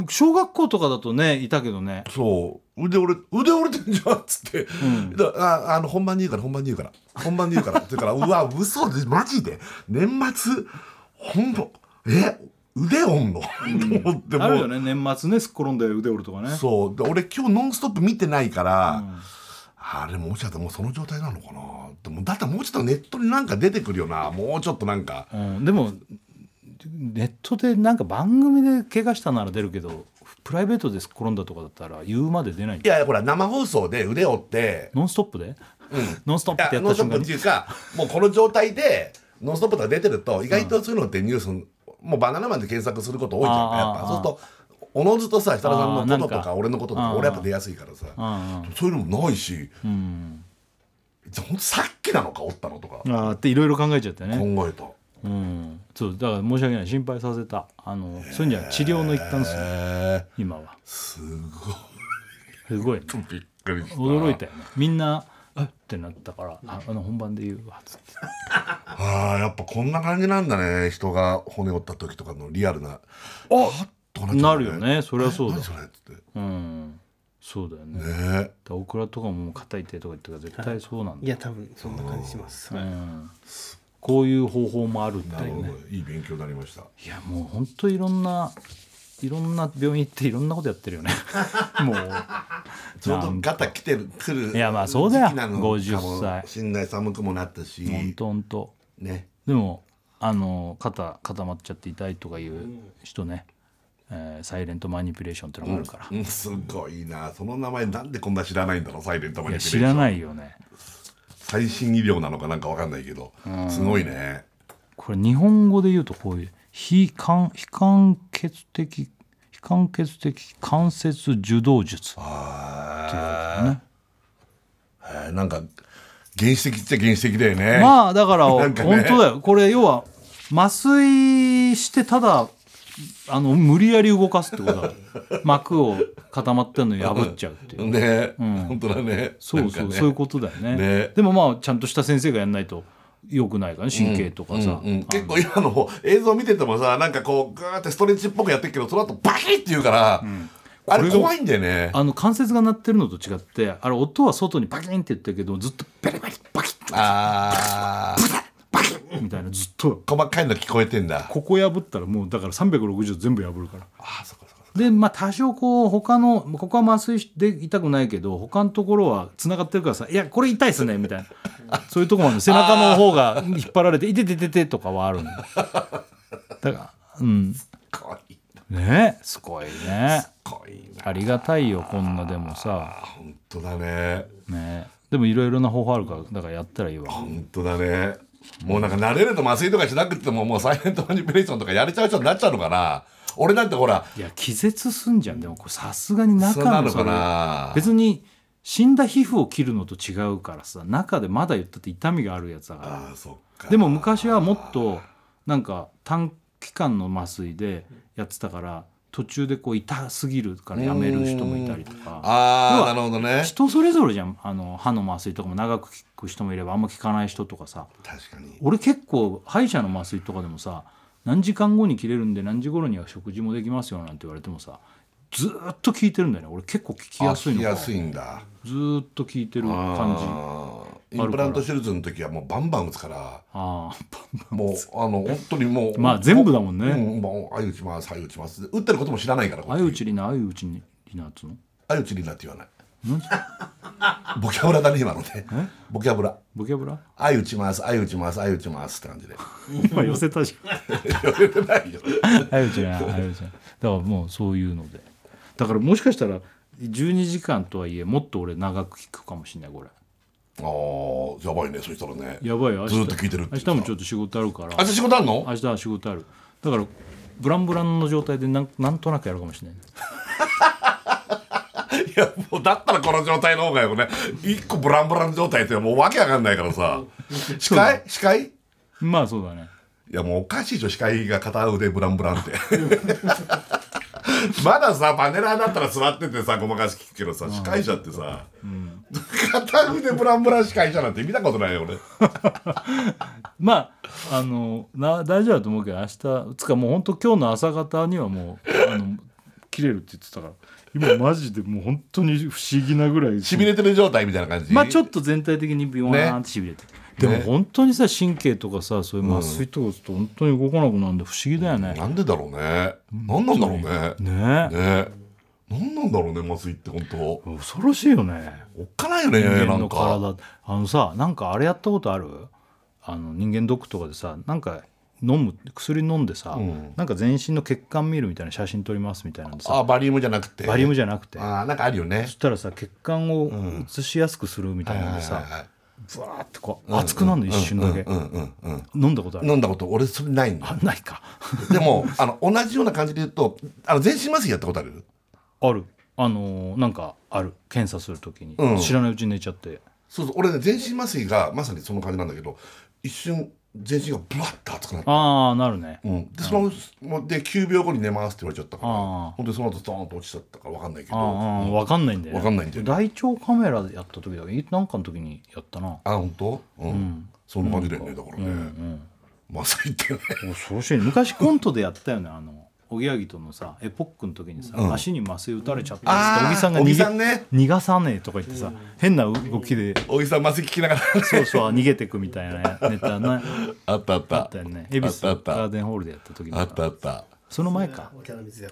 小学校とかだとねいたけどね。 そう腕折れ腕折れてんじゃんっつって、うん、だああの本番で言うから本番で言うから本番で言うからって言うからうわ嘘でマジで年末ほんとえ腕折んの、うん、と思ってもあるよね年末ねすっ転んで腕折るとかね。 そうで俺今日「ノンストップ!」見てないから、うん、あれもしかしたらもうその状態なのかな。でもだったらもうちょっとネットになんか出てくるよな。もうちょっとなんか、 うん、でもネットでなんか番組で怪我したなら出るけどプライベートですっ転んだとかだったら言うまで出ない。 いやほら生放送で腕折ってノンストップで、うん、ノンストップってやった瞬間にノンストップっていうかもうこの状態でノンストップとか出てると意外とそういうのってニュース、うん、もうバナナマンで検索すること多いじゃんやっぱ。そうするとおのずとさ設楽さんのこととか俺のこととか俺やっぱ出やすいからさそういうのもないし、うん、じゃあほんとさっきなのか折ったのとかあっていろいろ考えちゃってね。 考えた。 うん、そうだから申し訳ない心配させた。あのそういうんじゃ治療の一環ですよ今は。 すごいすごい、ね、 びっくりした。 驚いたよねみんなあってなったからああの本番で言うわっつってあやっぱこんな感じなんだね。人が骨折った時とかのリアルなあっな, ね、なるよね。そりゃそうだ。 何それっつって、 うん、そうだよね。ね大倉とかも硬い手とか言ってたから絶対そうなんだ。 いや多分そんな感じします、はい、うんこういう方法もあるっていうね。 いい勉強になりました。 いやもうほんといろんないろんな病院行っていろんなことやってるよねもうちょうどガタ来てる来るいやまあそうだよ時期なのかもごじゅっさいしんない、寒くもなったしほんとほんとね。 でもあの肩固まっちゃって痛いとかいう人ね、えーサイレントマニピュレーションってのがあるから、 うん、すごいな。その名前なんでこんな知らないんだろう。サイレントマニピュレーション。 いや知らないよね。 最新医療なのかなんかわかんないけど、すごいね。 これ日本語で言うとこういう非関非間欠的非間欠的関節受動術っていうやつだね。 えーなんか原始的っちゃ原始的だよね。 まあだからなんかね本当だよ。これ要は麻酔してただあの無理やり動かすってことだ。膜を固まってるの破っちゃうっていう。 ね、 うん本当だね。 そうそう、 なんかねそういうことだよね。 ねでもまあちゃんとした先生がやんないと良くないからね、神経とかさ。 うんうん結構今の映像見ててもさ、なんかこうグーってストレッチっぽくやってるけど、その後バキッって言うから、あれ怖いんだよね。 あの関節が鳴ってるのと違ってあれ音は外にバキンって言ってるけどずっとベリバリバキッあーバキッみたいなずっと細かいの聞こえてんだ。 ここ破ったらもうだからさんびゃくろくじゅうど全部破るから。 ああ、そこそこ。 でまあ多少こう他のここは麻酔で痛くないけど他のところはつながってるからさいやこれ痛いっすねみたいなそういうところまで背中の方が引っ張られていててててとかはあるんだだからうん怖い。 ねすごいね怖いな。 ありがたいよこんなでもさあ本当だね。 ねでもいろいろな方法あるからだからやったらいいわ。 本当だね。もうなんか慣れると麻酔とかしなくてももうサイレントマニピュレーションとかやれちゃう人になっちゃうのかな。俺なんてほらいや気絶すんじゃん。でもこれさすがに中そうなのかのそれな。 別に死んだ皮膚を切るのと違うからさ中でまだ言ったって痛みがあるやつだから。 ああそっか。 でも昔はもっとなんか短期間の麻酔でやってたから途中でこう痛すぎるからやめる人もいたりとか。要はああなるほどね。 人それぞれじゃん。あの歯の麻酔とかも長く効く人もいればあんま効かない人とかさ。 確かに。 俺結構歯医者の麻酔とかでもさ何時間後に切れるんで何時頃には食事もできますよなんて言われてもさずーっと聞いてるんだよね。俺結構聞きやすいのかあ聞きやすいんだ。 ずーっと聞いてる感じ。 あーインプラント手術の時はもうバンバン打つからああもうあの本当にもうまあ全部だもんねうん、もう相打ちます相打ちます打ってることも知らないからこっち相打ちりな相打ちになっつうの相打ちになって言わないボキャブラだね今のねボキャブラボキャブラ相打ちます相打ちます相打ちますって感じで今寄せたじ言われてないよゃん相打ちな相打ちなだからもうそういうのでだからもしかしたらじゅうにじかんとはいえもっと俺長く聞くかもしれないこれ。 ああやばいねそしたらねやばいよ明日ずっと聞いてるって明日もちょっと仕事あるから明日仕事あんの明日は仕事あるだからブランブランの状態でなんなんとなくやるかもしれないいやもうだったらこの状態の方がよね一個ブランブラン状態ってもうわけわかんないからさ司会司会まあそうだねいやもうおかしいでしょ司会が片腕ブランブランってまださパネラーだったら座っててさごまかし聞くけどさ司会者ってさ、うん、片腕ブランブラン司会者なんて見たことないよ俺まああのな大丈夫だと思うけど明日つかもう本当今日の朝方にはもうあの切れるって言ってたから今マジでもう本当に不思議なぐらいしびれてる状態みたいな感じまあちょっと全体的にビヨーンってしびれてる、ね、でも本当にさ神経とかさそういう麻酔とかすると本当に動かなくなるんで不思議だよね、 うん、なんでだろうね何なんだろうねねね何なんだろうね麻酔って本当恐ろしいよねおっかないよね人間のなんか体あのさなんかあれやったことあるあの人間ドックとかでさなんか飲む薬飲んでさ、うん、なんか全身の血管見るみたいな写真撮りますみたいなんでさあバリウムじゃなくてバリウムじゃなくてあなんかあるよねそしたらさ血管を映しやすくするみたいなんでさブワーってこう熱くなるの一瞬だけ飲んだことある飲んだこと俺それないんだあないかでもあの同じような感じで言うとあの全身麻酔やったことあるあるあのー、なんかある検査するときに、うん、知らないうちに寝ちゃってそうそう俺ね全身麻酔がまさにその感じなんだけど一瞬全身がブワッと熱くなってああなるね、 うん、でそのできゅうびょうごに寝ますって言われちゃったからほんでその後ドーンと落ちちゃったから分かんないけどあ、うん、分かんないんだよ、ね、 分かんないんだよ、ね、 大腸カメラでやった時だけなんかの時にやったなあ本当うん、うん、そんな感じだよねだからね、うんうん、麻酔ってね恐ろしい昔コントでやったよねあのおぎやはぎとのさエポックの時にさ、うん、足に麻酔打たれちゃったって小木さんが逃げ、 ね、 逃がさねえとか言ってさ、うん、変な動きで小木さん麻酔聞きながら、ね、 そうそう逃げてくみたいなネタねあったあったあったよね恵比寿ガーデンホールでやった時にあったあったその前かお茶の水でやったやつです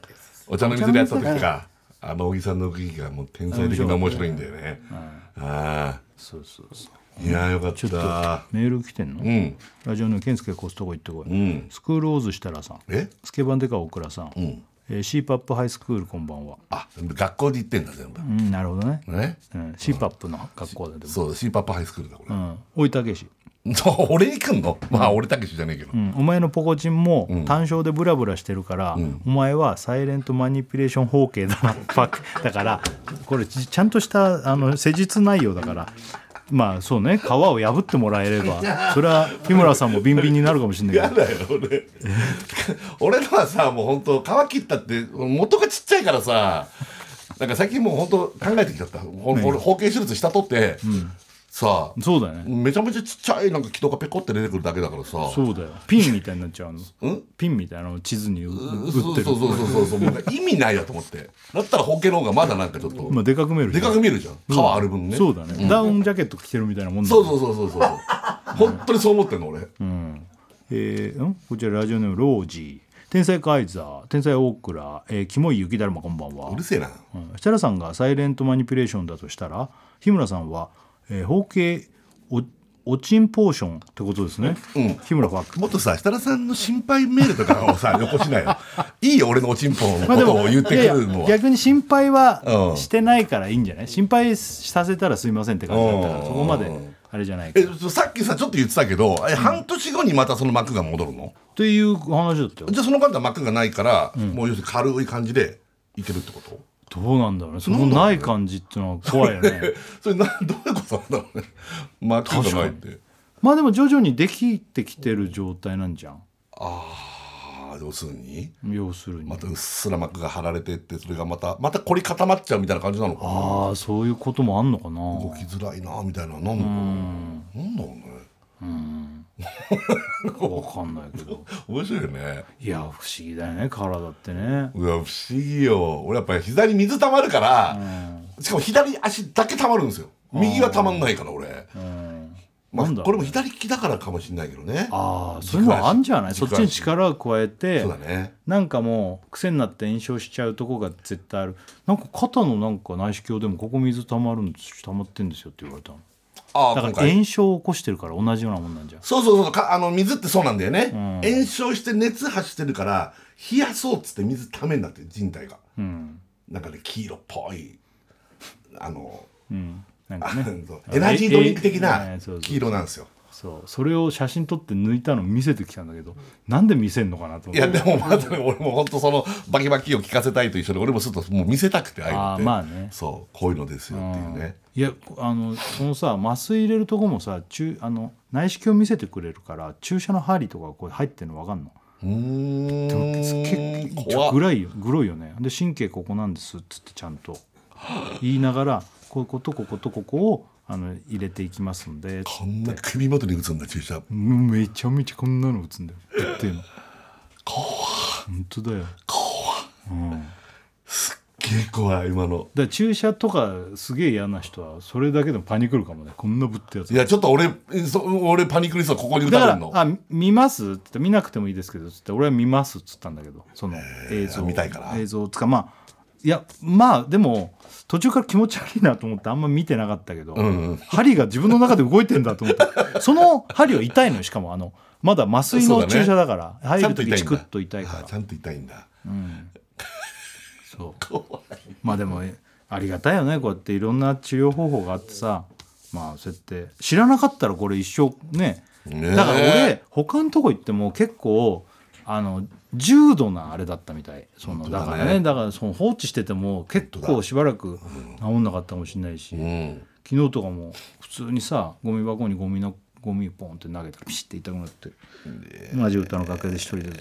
お茶の水でやった時かあの小木さんの動きがもう天才的に面白いんだよね、うん、ああそうそうそういやよかった。 メール来てんの、うん、ラジオの健介コストコ行ってこい、うん、スクールオーズ設楽さんえスケバンデカ大倉さん、うんえー、シーパップハイスクールこんばんは。 あ学校で行ってんだ全部、 うん、なるほどねね、 うん、シーパップの学校だでもそう シーパップハイスクールだこれ、うん、 大井武史そう俺に来んのまあ俺たけしじゃねえけど、 うん、お前のポコチンも単勝でブラブラしてるから、うん、お前はサイレントマニピュレーション包茎だなだからこれちゃんとしたあの施術内容だからまあそうね皮を破ってもらえればそれは日村さんもビンビンになるかもしれないけどやだよ俺俺のはさもう本当皮切ったって元がちっちゃいからさなんか最近もう本当考えてきちゃった、ね、俺包茎手術したとって、うんさあそうだねめちゃめちゃちっちゃいなんか気とかペコって出てくるだけだからさそうだよピンみたいになっちゃうのんピンみたいなの地図に打ってるそうそうそうそうそうもう意味ないやと思ってだったら包茎の方がまだなんかちょっと、 まあ、でかく見えるでかく見えるじゃん皮ある分ねそうだね、うん、ダウンジャケット着てるみたいなもんだ、 ね、そうそうそうそうそう本当にそう思ってんの俺、 うんえー、んこちらラジオネームロージー天才カイザー天才大倉、えー、キモい雪だるまこんばんはうるせえな、 うん、設楽さんがサイレントマニピュレーションだとしたら日村さんは、えー、包茎おおちんポーションってことですね、うん、日村ファックもっとさ設楽さんの心配メールとかをさよこしないよいいよ俺のおちんぽのことを言ってくるのは、まあ、 逆に心配はしてないからいいんじゃない、うん、心配させたらすいませんって感じだったからそこまであれじゃないかえさっきさちょっと言ってたけどえ、うん、半年後にまたその膜が戻るのっていう話だったよ。 じゃあその間は膜がないから、うん、もう要するに軽い感じでいけるってこと？ どうなんだろうねそのない感じっていうのは怖いよねそれなどういうことなんだろうね膜がないってまあでも徐々にできてきてる状態なんじゃん。 ああ要するに要するにまたうっすら膜が張られてってそれがまたまた凝り固まっちゃうみたいな感じなのかな。 ああそういうこともあんのかな。 動きづらいなみたいななんだろうなんだろうねうん分かんないけど面白いよね。 いや不思議だよね体ってね。 うわ不思議よ。俺やっぱり膝に水溜まるから、うん、しかも左足だけ溜まるんですよ。右は溜まんないから俺、うんまあ、これも左利きだからかもしれないけどね。 ああそういうのあんじゃない。そっちに力を加えてそうだ、ね、 なんかもう癖になって炎症しちゃうとこが絶対ある。なんか肩のなんか内視鏡でもここ水溜まるんです溜まってんですよって言われたの。 あだから炎症を起こしてるから同じようなもんなんじゃん。 そうそうそうかあの水ってそうなんだよね、うん、炎症して熱発してるから冷やそうっつって水ためになって人体が、うん、なんかね黄色っぽいあの、うん、なんかねエナジードリンク的な黄色なんですよ。 そうそれを写真撮って抜いたの見せてきたんだけどなんで見せんのかなと思って。 いやでもまだね俺も本当そのバキバキを聞かせたいと一緒で俺もするともう見せたくてああいうのってあまあねそうこういうのですよっていうね。 いやあのそのさ麻酔入れるとこもさ中あの内視鏡見せてくれるから注射の針とかこう入ってるの分かんの。 うーん結構グラいよグロいよね。で神経ここなんですっつってちゃんと言いながらこういうことこことここをあの入れていきますんでこんな首元に打つんだ注射。 めちゃめちゃこんなの打つんだよっていうの怖本当だよ怖、うん、すっげえ怖い今の。だから注射とかすげえ嫌な人はそれだけでもパニクるかもね。こんなぶってやついやちょっと俺そ俺パニクりそうここに打たれるの。 だからあ見ますって言って見なくてもいいですけどつって俺は見ますっつったんだけどその映像見たいから映像つかまあいやまあでも途中から気持ち悪いなと思ってあんま見てなかったけど、うんうん、針が自分の中で動いてんだと思ってその針は痛いのよ。しかもあのまだ麻酔の注射だからだ、ね、入るときチクッと痛いからちゃんと痛いんだ、うん、 そうまあでもありがたいよねこうやっていろんな治療方法があってさまあそうやって知らなかったらこれ一生ねねだから俺他のとこ行っても結構あの重度なあれだったみたい。そのだからねだからその放置してても結構しばらく治んなかったかもしれないし、うん、昨日とかも普通にさゴミ箱にゴミのゴミポンって投げたらピシッて痛くなって同じ歌の楽屋で一人で、え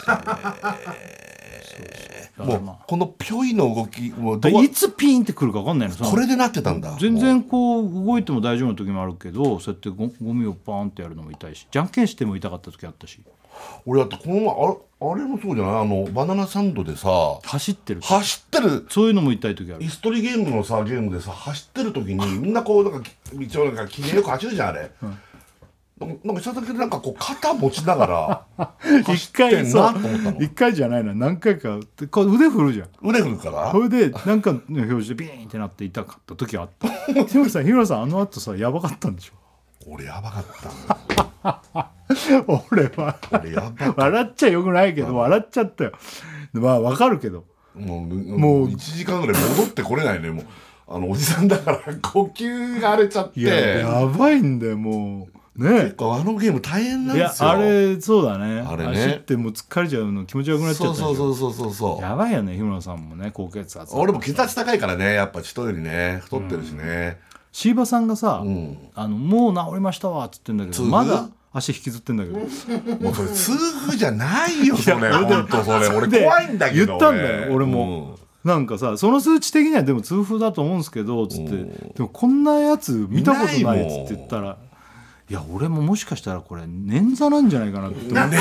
ー、もう、まあ、このピョイの動きもういつピンってくるか分かんないの。 これでなってたんだ。 全然こう動いても大丈夫な時もあるけどそうやって ゴ, ゴミをパーンってやるのも痛いしじゃんけんしても痛かった時あったし。 俺だってこの前 あ, あれもそうじゃないあのバナナサンドでさ走ってる走ってるそういうのも痛い時ある。 イストリゲームのさゲームでさ走ってる時にみんなこうなんか道をなんか機嫌よく走るじゃんあれ、うん、 なんかした時なんかこう肩持ちながら一走って回そんなと思ったの。 う一回じゃないな何回かでこう腕振るじゃん。 腕振るからそれでなんかの表示でビーンってなって痛かった時あった日村さん日村さんあの後さやばかったんでしょ。 俺やばかった俺は俺やばかった笑っちゃよくないけど笑っちゃったよ。まあわかるけどもうももうういちじかんぐらい戻ってこれないね。もうあのおじさんだから呼吸が荒れちゃっていややばいんだよもうね。 結構あのゲーム大変なんいやですよ。 あれそうだね。 あれね走ってもう疲れちゃうの気持ち悪くなっちゃったそうでしょ。 そうそうそうそうそう。 やばいよね日村さんもね高血圧。 俺も血圧高いからね、やっぱ人よりね太ってるしね。 椎葉さんがさ、 うんあのもう治りましたわっつってんだけど痛風まだ足引きずってんだけどもうそれ痛風じゃないよそれ。本当それ俺で怖いんだけど。 言ったんだよ俺も、なんかさその数値的にはでも痛風だと思うんですけどつって、 うんでもこんなやつ見たことないいないもんっつって言ったらいや俺ももしかしたらこれ捻挫なんじゃないかなって思って、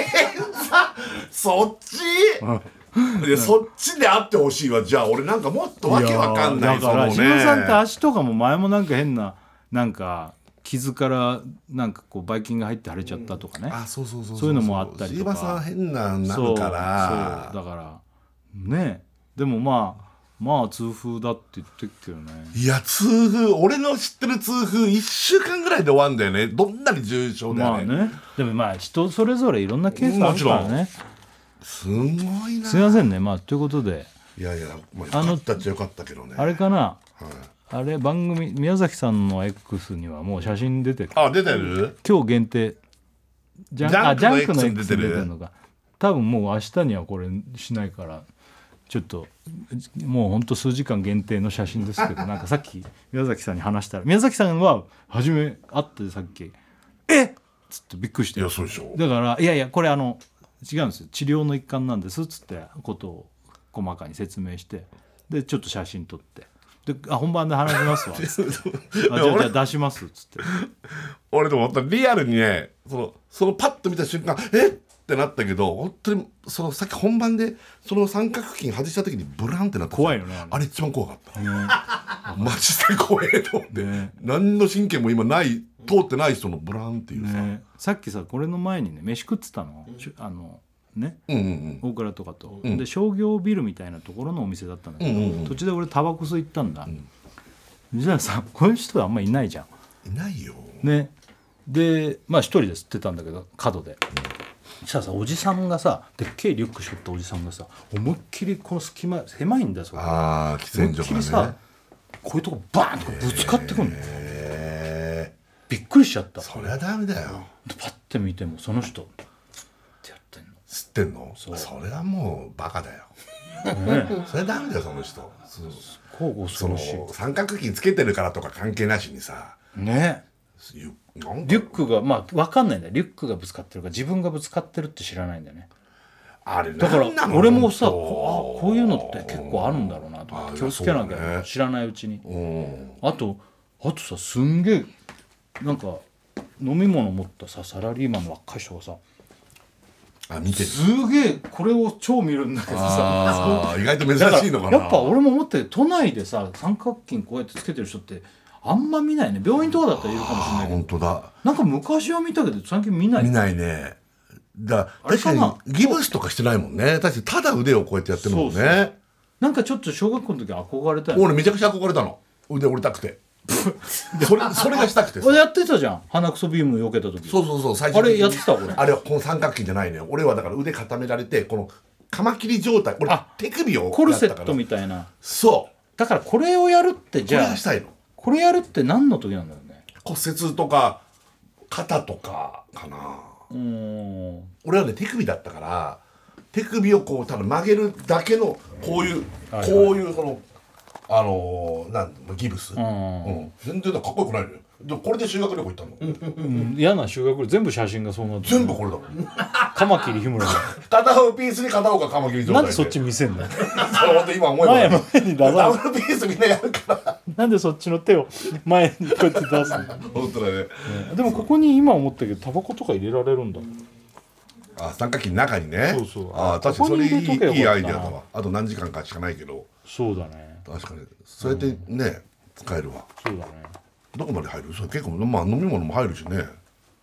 そっちいやそっちであってほしいわ。じゃあ俺なんかもっとわけわかんない。 やだからそのね日野さんって足とかも前もなんか変ななんか傷からなんかこうばい菌が入って腫れちゃったとかね、 あそうそうそうそういうのもあったりとか椎葉さん変ななそうるからそうだからねでもまあまあ痛風だって言ってるけどね。 いや痛風俺の知ってる痛風いっしゅうかんぐらいで終わるんだよね。どんなに重症であれ、 まあねでもまあ人それぞれいろんなケースあるからね。 すごいな。 すいませんねまあということでいやいや、まあ、よかったっちゃよかったけどね。 あれかなはい、 あれ番組宮崎さんの X にはもう写真出てる。 あ出てる。 今日限定ジャンジャンクのあジャンクの X X にに出てる出てるのか多分もう明日にはこれしないからちょっともうほんと数時間限定の写真ですけどなんかさっき宮崎さんに話したら宮崎さんは初め会ってさっき「えっ!」つってびっくりしていやそうでしょ。 だから「いやいやこれあの違うんですよ治療の一環なんです」っつってことを細かに説明してでちょっと写真撮ってであ本番で話しますわっつってあじゃあじゃあ出しますっつって俺でも本当にリアルにねそのそのパッと見た瞬間えっってなったけど本当にそのさっき本番でその三角筋外した時にブランってなった怖いよねあれ一番怖かった、 ねマジで怖えと思って、 ね何の神経も今ない通ってない人のブランっていうさ、 ね、さっきさこれの前にね飯食ってたの、しゅあのねうんうん大倉とかと、 うんで商業ビルみたいなところのお店だったんだけど、 うんうんうん途中で俺タバコ吸い行ったんだ、じゃあさこういう人あんまいないじゃんいないよ。 ねでまあ一人で吸ってたんだけど角で、そしたらさおじさんがさでっけえリュック背負ったおじさんがさ思いっきりこの隙間狭いんだよそこああ喫煙所思いっきりさからね。 こういうとこバーンとぶつかってくるのよ、 へえびっくりしちゃった。 そりゃダメだよ。 でパッて見てもその人ってやってんの吸ってんの。 そうそれはもうバカだよ。 ねそれはダメだよその人。そうこうその恐ろしい三角筋つけてるからとか関係なしにさねゆなんリュックがまあ分かんないんだよリュックがぶつかってるか自分がぶつかってるって知らないんだよね。 あれだからなんなの俺もさ本当こあこういうのって結構あるんだろうなと思っあて気をつけなきゃ、 そうだね知らないうちに。 うんあとあとさすんげえなんか飲み物持ったさサラリーマンの若い人がさあ見てる。 すげえこれを超見るんだけどさああ意外と珍だからしいのかな。 やっぱ俺も思って都内でさ三角筋こうやってつけてる人ってあんま見ないね。病院とかだったらいるかもしれないけど本当だなんか昔は見たけど最近見ない。 見ないね。だあれかな確かにギブスとかしてないもんね。確かにただ腕をこうやってやってるもんね。 そうそうなんかちょっと小学校の時憧れたよね。 俺めちゃくちゃ憧れたの。腕折りたくてそれそれがしたくてさ俺やってたじゃん鼻くそビーム避けた時。 そうそうそう最あれやってた俺あれはこの三角筋じゃないのよ。俺はだから腕固められてこのカマキリ状態俺あ手首をコルセットやったからみたいな。 そうだからこれをやるってこじゃあれがしたいの。 これやるって何の時なんだろうね。 骨折とか肩とかかな。 うーん俺はね手首だったから手首をこうただ曲げるだけのこういう、 はいはいこういうそのあのー、なんギブス、 んうん、全然かっこよくないのよ。でこれで修学旅行行ったの、 うん嫌な修学旅全部写真がそうなってる全部これだもんカマキリ日村が片方ピースに片方がカマキリ状態でなんでそっち見せんのそう本当今思えば前前に出さダないブルピースみんなやるからなんでそっちの手を前にこうやって出すの、ね本当だね。 でもここに今思ったけどタバコとか入れられるんだ。 あ三角形の中にね。 そうそうあ確かにそれいいここに入れとけばいいよかったなアイデアだわ。あと何時間かしかないけどそうだね確かにそうやってね、使えるわ。 そうだね。 どこまで入る？それ結構まあ飲み物も入るしね。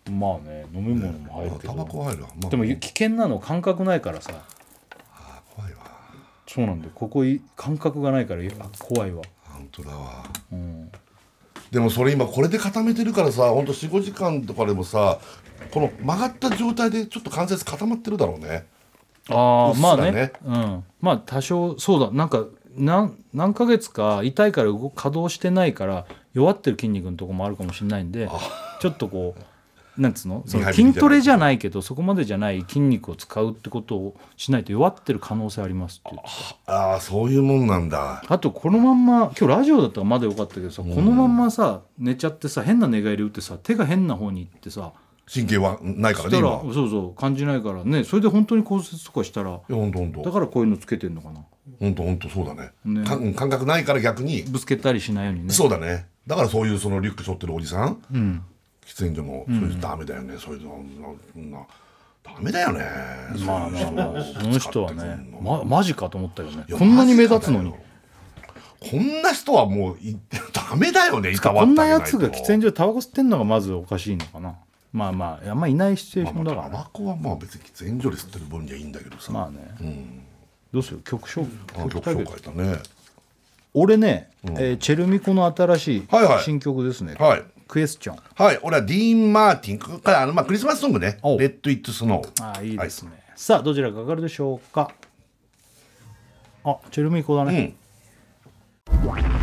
まあね飲み物も入るけど、 タバコ入るわ、まあ、 でも危険なの感覚ないからさ。 あ怖いわ。 そうなんだよ、ここい感覚がないからあ怖いわ。 本当だわ、 うん、 でもそれ今これで固めてるからさ、ほんと よん,ご 時間とかでもさこの曲がった状態でちょっと関節固まってるだろうね。 ああ、 ね、 まあね、うん、まあ多少そうだ、なんか何何ヶ月か痛いから動稼働してないから弱ってる筋肉のとこもあるかもしれないんで、ちょっとこうなんつうの、その筋トレじゃないけどそこまでじゃない筋肉を使うってことをしないと弱ってる可能性ありますって言って。 ああそういうもんなんだ。 あとこのまんま今日ラジオだったらまだよかったけどさ、うん、このまんまさ寝ちゃってさ変な寝返り打ってさ手が変な方に行ってさ神経はないからね今。 そうそう感じないからね、それで本当に骨折とかしたら、いやほんとほんと、 だからこういうのつけてんのかな。 ほんとほんとそうだね、 ね、 感覚ないから逆にぶつけたりしないようにね。 そうだね、だからそういうそのリュック背負ってるおじさん、 うん、 喫煙所の、うん、そういうダメだよね、そういうのなダメだよね。 まあまあまあその人はね、ま、マジかと思ったよね。こんなに目立つのにこんな人はもうダメだよね。 こんなやつが喫煙所でタバコ吸ってんのがまずおかしいのかな。まあまああんまいないシチュエーションだから、ね、 タバコはまあ別に喫煙所で吸ってる分にはいいんだけどさ。 まあね、 うん、 どうする曲紹介。曲紹介だね。 俺ね、うん、えー、チェルミコの新しい新曲ですね、 はいはい、 クエスチョン。 はい、俺はディーン・マーティンからあの、まあ、クリスマスソングね、レッド・イット・スノー。 ああいいですね、はい、さあどちらがかかるでしょうか。あ、チェルミコだね、うん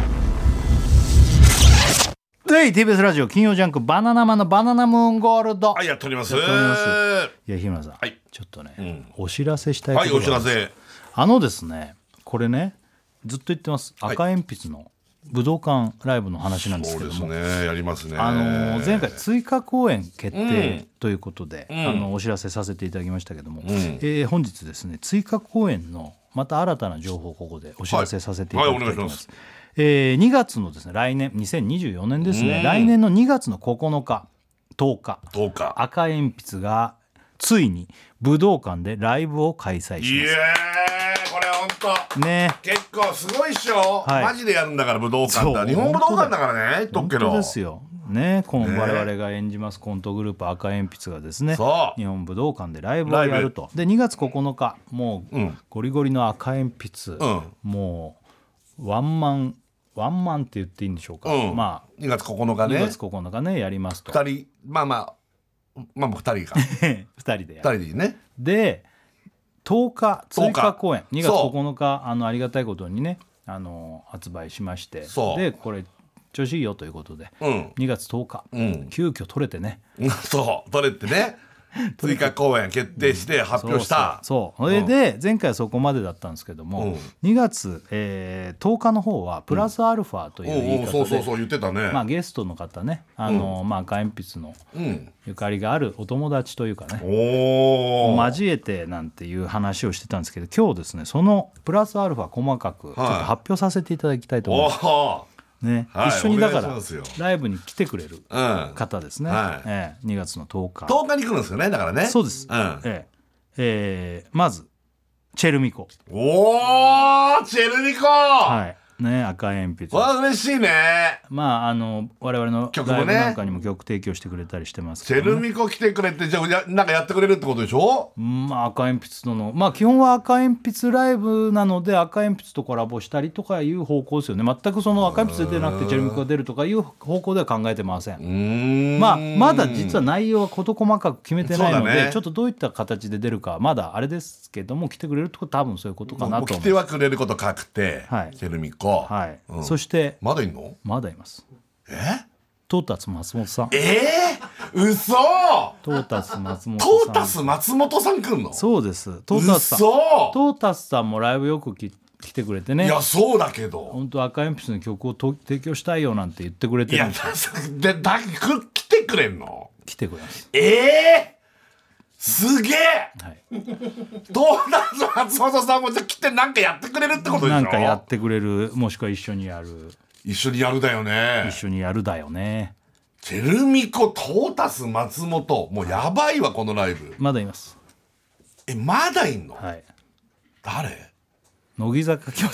で ティービーエス ラジオ金曜ジャンクバナナマンのバナナムーンゴールド。 はい、やっております。 いや日村さん、はい、ちょっとね、うん、お知らせしたいことがあるんです。 はい、お知らせ。 あのですね、これねずっと言ってます、はい、赤鉛筆の武道館ライブの話なんですけども、 そうですね、やりますね。 あの前回追加公演決定ということで、うん、あのお知らせさせていただきましたけども、うん、えー、本日ですね追加公演のまた新たな情報をここでお知らせさせていただきたいと思います。はいはい、えー、にがつのですね来年にせんにじゅうよねんですね、来年のにがつのここのかとおか赤鉛筆がついに武道館でライブを開催します。 イエーイ、これほんとね、 結構すごいっしょ、はい、マジでやるんだから武道館だ、日本武道館だからね、言っとくけど。 本当ですよね、この我々が演じますコントグループ赤鉛筆がですね、日本武道館でライブをやると。でにがつここのかもうゴリゴリの赤鉛筆、うん、もうワンマンワンマンって言っていいんでしょうか、うん、まあにがつここのかね、 にがつここのかねやりますと。 ふたり、まあまあまあふたりかふたりでやる、 ふたりでいいね。 でとおか追加公演にがつここのか、あのありがたいことにねあの発売しまして、でこれ調子いいよということで、うん、にがつとおか、うん、急遽取れてね、 そう取れてね追加公演決定して発表した、 うん、そうそう、それで前回はそこまでだったんですけども、うん、にがつ、えー、とおかの方はプラスアルファという言い方で、 そうそうそう言ってたね、 まあ、ゲストの方ね、あの、うん、まあ、赤鉛筆のゆかりがあるお友達というかね、うん、交えてなんていう話をしてたんですけど、今日ですねそのプラスアルファ細かくちょっと発表させていただきたいと思います、はいね、はい、一緒にだからライブに来てくれる方ですね、うん、はい、えー、にがつのとおかとおかに来るんですよね、だからね。 そうです、うん、えーえー、まずチェルミコ。 おーチェルミコ、 はいね、赤鉛筆。 わあ嬉しいね。 まああの我々のライブなんかにも曲提供してくれたりしてますけど、ね、 チェルミコ来てくれて、じゃあやなんかやってくれるってことでしょ。 まあ赤鉛筆とのまあ基本は赤鉛筆ライブなので赤鉛筆とコラボしたりとかいう方向ですよね。全くその赤鉛筆で出なくてチェルミコが出るとかいう方向では考えてません。うーん、まあまだ実は内容は事細かく決めてないので、ね、ちょっとどういった形で出るかまだあれですけども、来てくれるってことは多分そういうことかなと思う。 来てはくれること確定、はい、チェルミコ、 はい、うん、そしてまだいんの？ まだいます。 え？ トータス松本さん。 えー、嘘。 トータス松本さん。 トータス松本さん来んの？ そうです。トータスさん。 嘘。 トータスさんもライブよく来てくれてね。 いやそうだけど。 本当赤鉛筆の曲をと提供したいよなんて言ってくれてるんですよ。 いやだだく来てくれんの？ 来てくれます。 ええー。すげえ、はい、トータス松本さんもじゃ来てなんかやってくれるってことでしょ。 なんかやってくれる、もしくは一緒にやる。 一緒にやるだよね。 一緒にやるだよね。 チェルミコ、トータス松本、もうやばいわこのライブ。 まだいます。 えまだいんの？ はい。 誰？ 乃木坂来ます。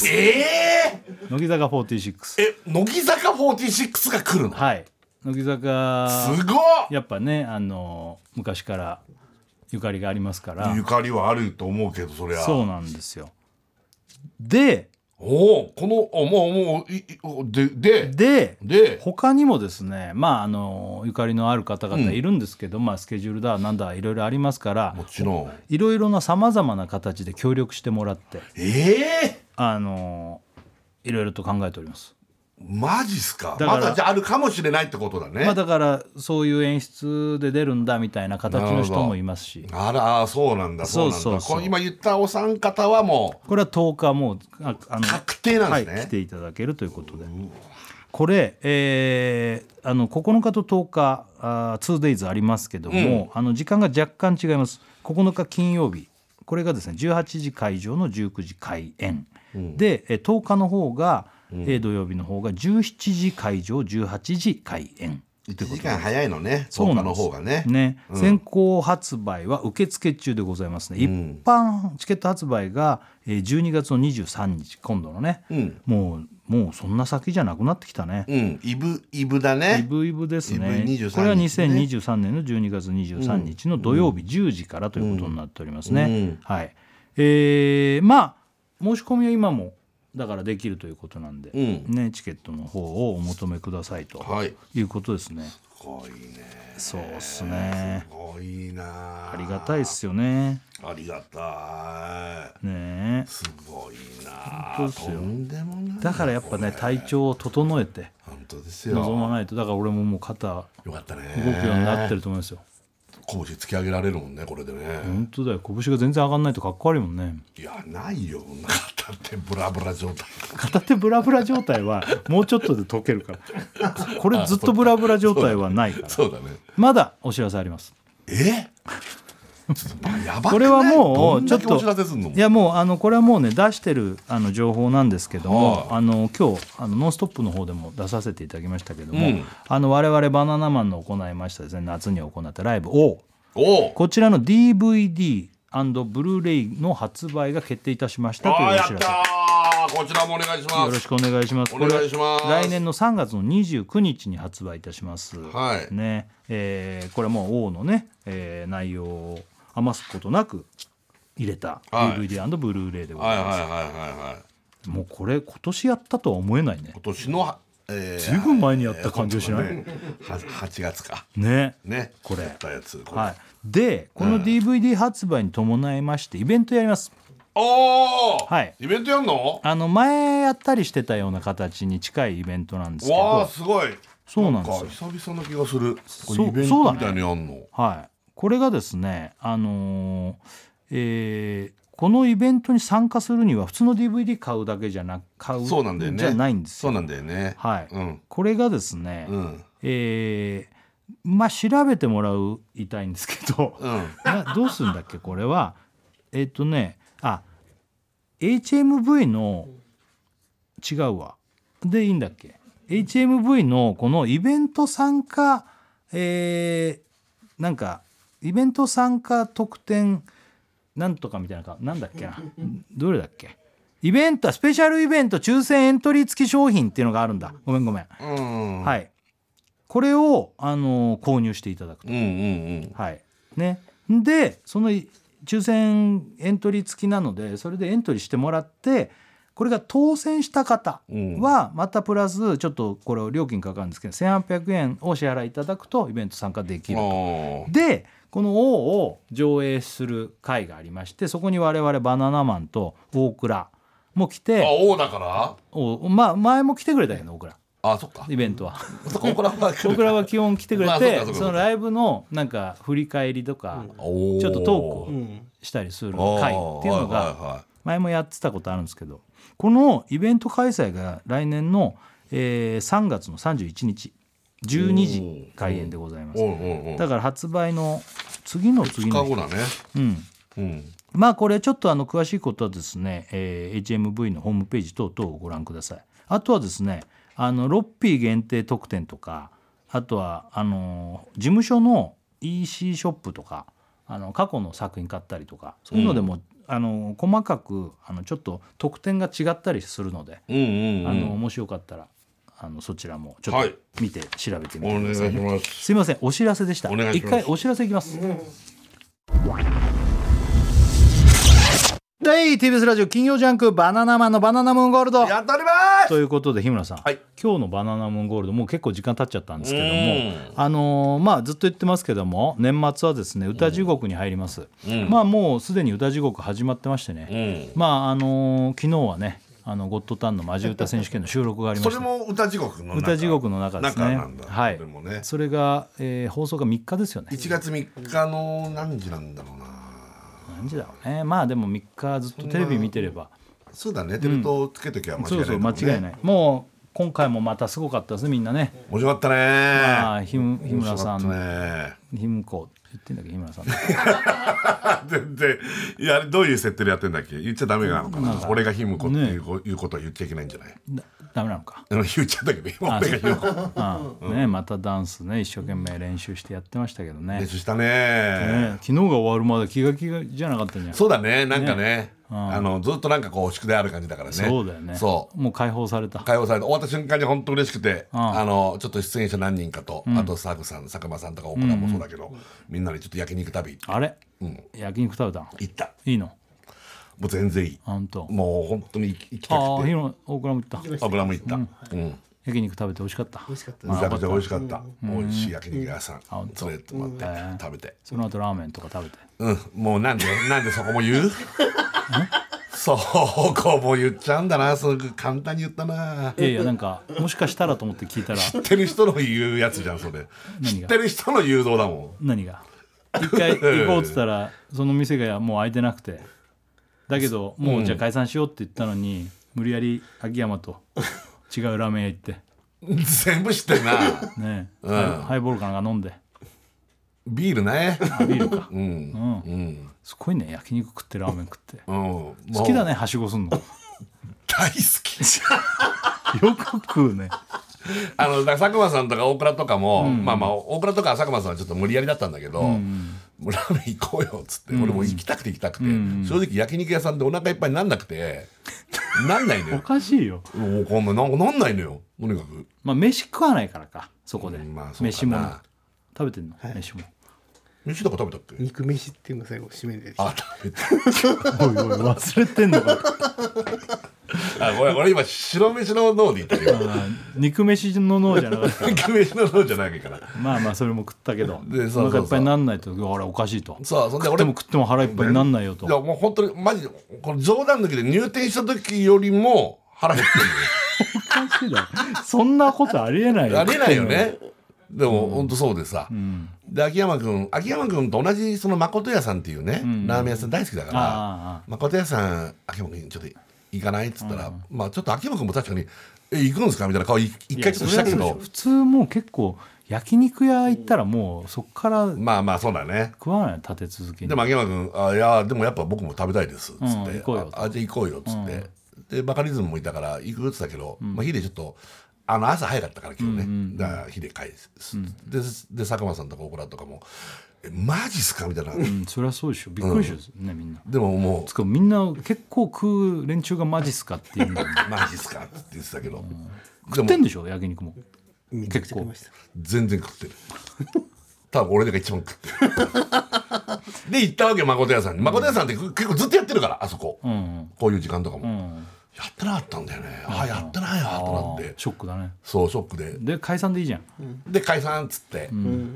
ええー、 乃木坂フォーティーシックス。 え乃木坂フォーティーシックスが来るの？ はい。 乃木坂すごっやっぱねあの昔からゆかりがありますからゆかりはあると思うけどそりゃそうなんですよ。でおおこのおもうもういいでででで他にもですねまああのゆかりのある方々いるんですけど、うんまあ、スケジュールだなんだいろいろありますからもちろんいろいろなさまざまな形で協力してもらってええあのいろいろと考えております。 マジっすかだからまだじゃああるかもしれないってことだね、 まあ、だからそういう演出で出るんだみたいな形の人もいますしあらあそうなんだそうなんだそうそうそうこの今言ったお三方はもこれはとおかもうああの確定なんですねはい、来ていただけるということでこれ、えー、あのここのかととおかあ ツーデイズ ありますけども、うん、あの時間が若干違います。ここのか金曜日これがですねじゅうはちじ会場のじゅうくじ開演、うん、でとおかの方が、うん、土曜日の方がじゅうしちじ会場じゅうはちじ開演いちじかん早いのねとおかの方がねね、うん、先行発売は受付中でございますね、うん、一般チケット発売がじゅうにがつのにじゅうさんにち今度のね、うん、もうもうそんな先じゃなくなってきたね、 うん、イブイブだねイブイブですねイブこれはにせんにじゅうさんねんのじゅうにがつにじゅうさんにちの土曜日じゅうじからということになっておりますね、うんうん、はいえー、まあ申し込みは今もだからできるということなんで、うんね、チケットの方をお求めくださいということですね、はい、 すごいねそうっすねすごいなありがたいっすよねありがたいねすごいな本当ですよとんでもないだからやっぱね体調を整えて本当ですよ望まないとだから俺ももう肩よかったね動くようになってると思いますよ拳突き上げられるもんねこれでね本当だよ拳が全然上がんないとかっこ悪いもんねいやないよ片手ブラブラ状態片手ブラブラ状態はもうちょっとで解けるからこれずっとブラブラ状態はないからそうだねまだお知らせありますえちょっとやばくないこれはもうちょっとお知らせすんのいやもうあのこれはもうね出してるあの情報なんですけども、 はあ、 あの今日あのノンストップの方でも出させていただきましたけども、 うん、 あの我々バナナマンの行いましたですね夏に行ったライブをおこちらの ディーブイディー ブルーレイの発売が決定いたしましたというお知らせ。 あやったこちらもお願いしますよろしくお願いします。 お願いします。 来年のさんがつのにじゅうくにちに発売いたします、 はいねえー、これはもう王のね、えー、内容を余すことなく入れた ディーブイディー ブルーレイでございます。 はいはいはいはいはい。 もうこれ今年やったとは思えないね。 今年のえー、 ずいぶん前にやった感じがしない、 えーね、はちがつかねねこれやったやつこれ、 はい、でこの ディーブイディー 発売に伴いましてイベントやります。 おー、 はい、 イベントやんの？ あの前やったりしてたような形に近いイベントなんですけど。 わーすごい。 そうなんですよ。 久々な気がする。 これイベントみたいにやんの、 ね、はい、これがですねあのーえーこのイベントに参加するには普通の ディーブイディー 買うだけじゃな買うそうなんだよねじゃないんですよ。 そうなんだよね。 はい、 うん、 これがですね、 うんえー、まあ調べてもらういたいんですけど、 うん、 などうするんだっけこれはえっ、ー、とねあ エイチエムブイ の違うわでいいんだっけ エイチエムブイ のこのイベント参加えー、なんかイベント参加特典なんとかみたいなかなんだっけなどれだっけイベントスペシャルイベント抽選エントリー付き商品っていうのがあるんだごめんごめん、 うん、 はいこれを、あのー、購入していただくと、 うんうんうんはいね、でその抽選エントリー付きなのでそれでエントリーしてもらってこれが当選した方はまたプラスちょっとこれを料金かかるんですけどせんはっぴゃくえんを支払いいただくとイベント参加できると。でこの王を上映する会がありましてそこに我々バナナマンと大倉も来てあ王だからお、まあ、前も来てくれたけど大倉あそっかイベントは大倉は大倉は基本来てくれてそのライブのなんか振り返りとかちょっとトークをしたりする会っていうのが前もやってたことあるんですけどこのイベント開催が来年のえさんがつのさんじゅういちにちじゅうにじ開演でございます。だから発売の次の次のふつかごだね。 うんうん、まあこれちょっとあの詳しいことはですね、えー、エイチエムブイ のホームページ等々をご覧ください。あとはですねあのロッピー限定特典とかあとはあの事務所の イーシー ショップとかあの過去の作品買ったりとかそういうのでも、うん、あの細かくあのちょっと特典が違ったりするので、 うんうんうん、 あのもしよかったらあのそちらもちょっと見て調べてみてお願いしください、ね、 ます。 すいません、お知らせでした。 お願いします一回お知らせいきます。はい、ティービーエス ラジオ金曜ジャンクバナナマンのバナナムーンゴールドやっておりますということで、日村さん、 はい、 今日のバナナムーンゴールドもう結構時間経っちゃったんですけども、 うんあのーまあずっと言ってますけども、年末はですね歌地獄に入ります、うん、まあもうすでに歌地獄始まってましてね、うん、まああのー、昨日はねあのゴッドタンのマジ歌選手権の収録がありました。 それも歌地獄の中歌地獄の中ですね。はい。 それもね、 それが、えー、放送がみっかですよね。 いちがつみっかの何時なんだろうな。 何時だろうね。まあでもみっかずっとテレビ見てれば。 そうだね。テレ東つけときは間違いない、ね、 そうそう間違いない。もう今回もまたすごかったですね、みんなね。 面白かったね。 まあ日村さん、 ね、 日村子言ってんだっけ、日村さん。 全然いやどういう設定でやってんだっけ、言っちゃダメなのかな。俺がひむこっていう、ね、いうことは言っちゃいけないんじゃない。 ダメなのか。 言っちゃったけど今俺がひむこ。 ああね、またダンスね一生懸命練習してやってましたけどね。 練習したね。 ね、昨日が終わるまで気が気がじゃなかったんじゃん。 そうだね、なんかね。ね、 うん、 あのずっとなんかこう宿題ある感じだからね。 そうだよね。そうもう解放された。 解放された。終わった瞬間に本当嬉しくて、うん、あのちょっと出演者何人かと、うん、あと佐久さん、佐久間さんとか大倉もそうだけど、うんうん、みんなでちょっと焼肉旅。 あれ、うん、焼肉食べたの。 行った。 いいの。 もう全然いい。 本当。 もう本当に行きたくて。ああ、 大倉も行った。 大倉も行った。うん。うん、 焼肉食べて美味しかった。 美味しかった。めちゃくちゃ美味しかった。美味しい焼肉屋さん連れてもらって食べて。その後ラーメンとか食べて。 うん。もうなんでなんでそこも言う？そうこうも言っちゃうんだな。すぐ簡単に言ったな。 いやいや、なんかもしかしたらと思って聞いたら。 知ってる人の言うやつじゃんそれ。知ってる人の誘導だもん。何が？一回行こうっつったらその店がもう開いてなくて。だけどもうじゃあ解散しようって言ったのに、うん、無理やり秋山と違うラーメン屋行って全部知ってんなねえ、うん、ハイボールかなんか飲んで。 ビールね。 あビールか、 うんうんうん、 すごいね、焼肉食ってラーメン食って、うん、好きだね、はしごすんの大好きよく食うね。 あの佐久間さんとか大倉とかも、うん、まあまあ大倉とか佐久間さんはちょっと無理やりだったんだけど、うん、もうラーメン行こうよっつって、うん、俺も行きたくて行きたくて、うん、正直焼肉屋さんでお腹いっぱいになんなくてなんないのよ。 おかしいよ。 もうこんななんかなんないのよ。とにかくまあ飯食わないからかそこで、うん、まあ、そう飯も食べてんの、はい、飯も飯とか食べたっけ。 肉飯っていうのが最後締めであ食べたおいおい忘れてんのかあごめん俺今白飯の脳で言ったよ。 肉飯の脳じゃなかった肉飯の脳じゃないからまあまあそれも食ったけどでそうそうそうお腹いっぱいになんないとあれおかしいと。 そうそんで俺食っても食っても腹いっぱいになんないよと。 いやもう本当にマジでこれ冗談抜きで入店した時よりも腹減ってるよおかしいだそんなことありえないよ。 ありえないよね。でも、うん、本当そうでさ、うん、で秋山君秋山君と同じその誠屋さんっていうね、うん、ラーメン屋さん大好きだから誠屋さん秋山君ちょっと行かないっつったら、まあちょっと秋山君も確かにえ行くんですかみたいな顔一回ちょっとしたけど普通もう結構焼肉屋行ったらもうそっからまあまあそうだね食わない立て続けに。 でも秋山君あいやでもやっぱ僕も食べたいですっつって、うん、 行こうよあじゃあ行こうよっつって、うん、でバカリズムもいたから行くっつったけど、うんまあ、ヒデちょっとあの朝早かったから今日ね、うんうん、だからヒデ帰す、うん、でで佐久間さんとか大倉とかもえマジっすかみたいな、 うん、そりゃそうでしょびっくりしますね、うん、みんな。 でももうつかみんな結構食う連中がマジっすかって言うんだよ、ね、 マジっすかって言ってたけど、うん、 食ってんでしょ焼肉も結構全然食ってる多分俺が一番食ってるで行ったわけ誠屋さんに。誠屋さんって結構ずっとやってるからあそこ、うんうん、こういう時間とかも、うんやってなかったんだよね、うん、あやってないやとなってショックだね。 そうショックでで解散でいいじゃん、 うん、で解散っつって、うん、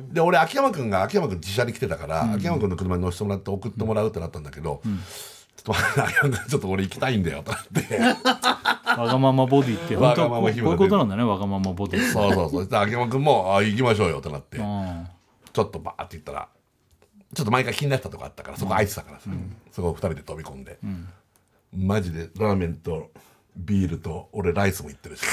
で俺秋山君が秋山君自車で来てたから、うん、秋山君の車に乗せてもらって送ってもらうってなったんだけど、うん、ちょっと秋山君ちょっと俺行きたいんだよとなってわがままボディって本当はこういうことなんだねわがままボディそうそうそう秋山君もあ行きましょうよとなって、うん、ちょっとバーって言ったらちょっと毎回気になったとこあったからそこ空いてたからさ、うん、そこをふたりで飛び込んで、うん、マジでラーメンとビールと俺ライスもいってるし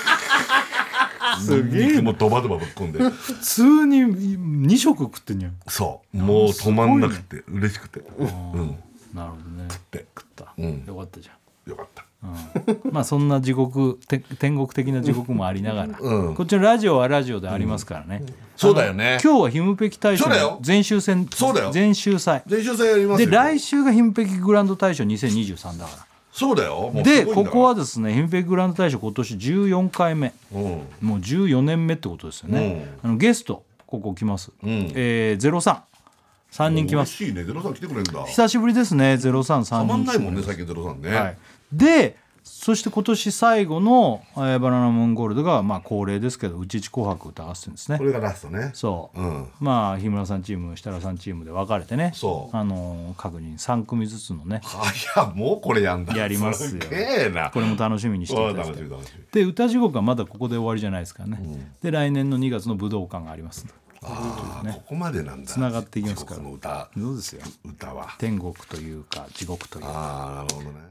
すげえ肉もドバドバぶっ込んで普通にに食食ってんじゃん。 そうもう止まんなくて嬉しくて、うん、 なるほどね食って食った、うん、よかったじゃんよかった、 うん、まあそんな地獄て天国的な地獄もありながら、うん、こっちのラジオはラジオでありますからね、うん、 そうだよね。 今日はヒムペキ大賞の前週戦そうだよ前週祭前週祭やりますよ。 で来週がヒムペキグランド大賞にせんにじゅうさんだからそうだよ。もうですごいんだからここはですね、ヒムペグランド大賞今年じゅうよんかいめ、 うんもうじゅうよねんめってことですよね、あのゲストここ来ます、 んえー、ゼロさんさんにん来ます。 嬉しいね。ゼロさん来てくれんだ。 久しぶりですね。ゼロさんさんにんたまんないもんね最近ゼロさんね、 はい、でそして今年最後の、えーバナナムーンゴールドがまあ恒例ですけど、うちいち紅白歌合戦ですねこ。れがラストね。 そう、 うんまあ日村さんチーム設楽さんチームで分かれてね、 そうあのー各人さんくみずつのねあいやもうこれやんだ。 やりますよすげえな。 これも楽しみにしていただきたい。 楽しみ楽しみ。 で歌地獄はまだここで終わりじゃないですからね、で来年のにがつの武道館があります。 ああ、ここまでなんだ。 つながっていきますから地獄の歌そうですよ。 歌は。 天国というか地獄というか。 ああなるほどね。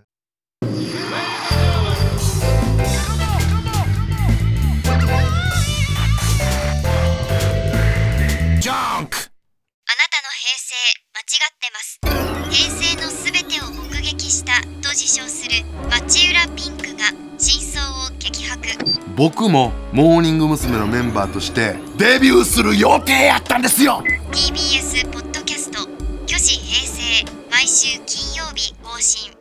ジャンク。 あなたの平成間違ってます。平成のすべてを目撃したと自称する町浦ピンクが真相を激白。 僕もモーニング娘。のメンバーとしてデビューする予定やったんですよ。 ティービーエス ポッドキャスト「虚子平成」毎週金曜日更新。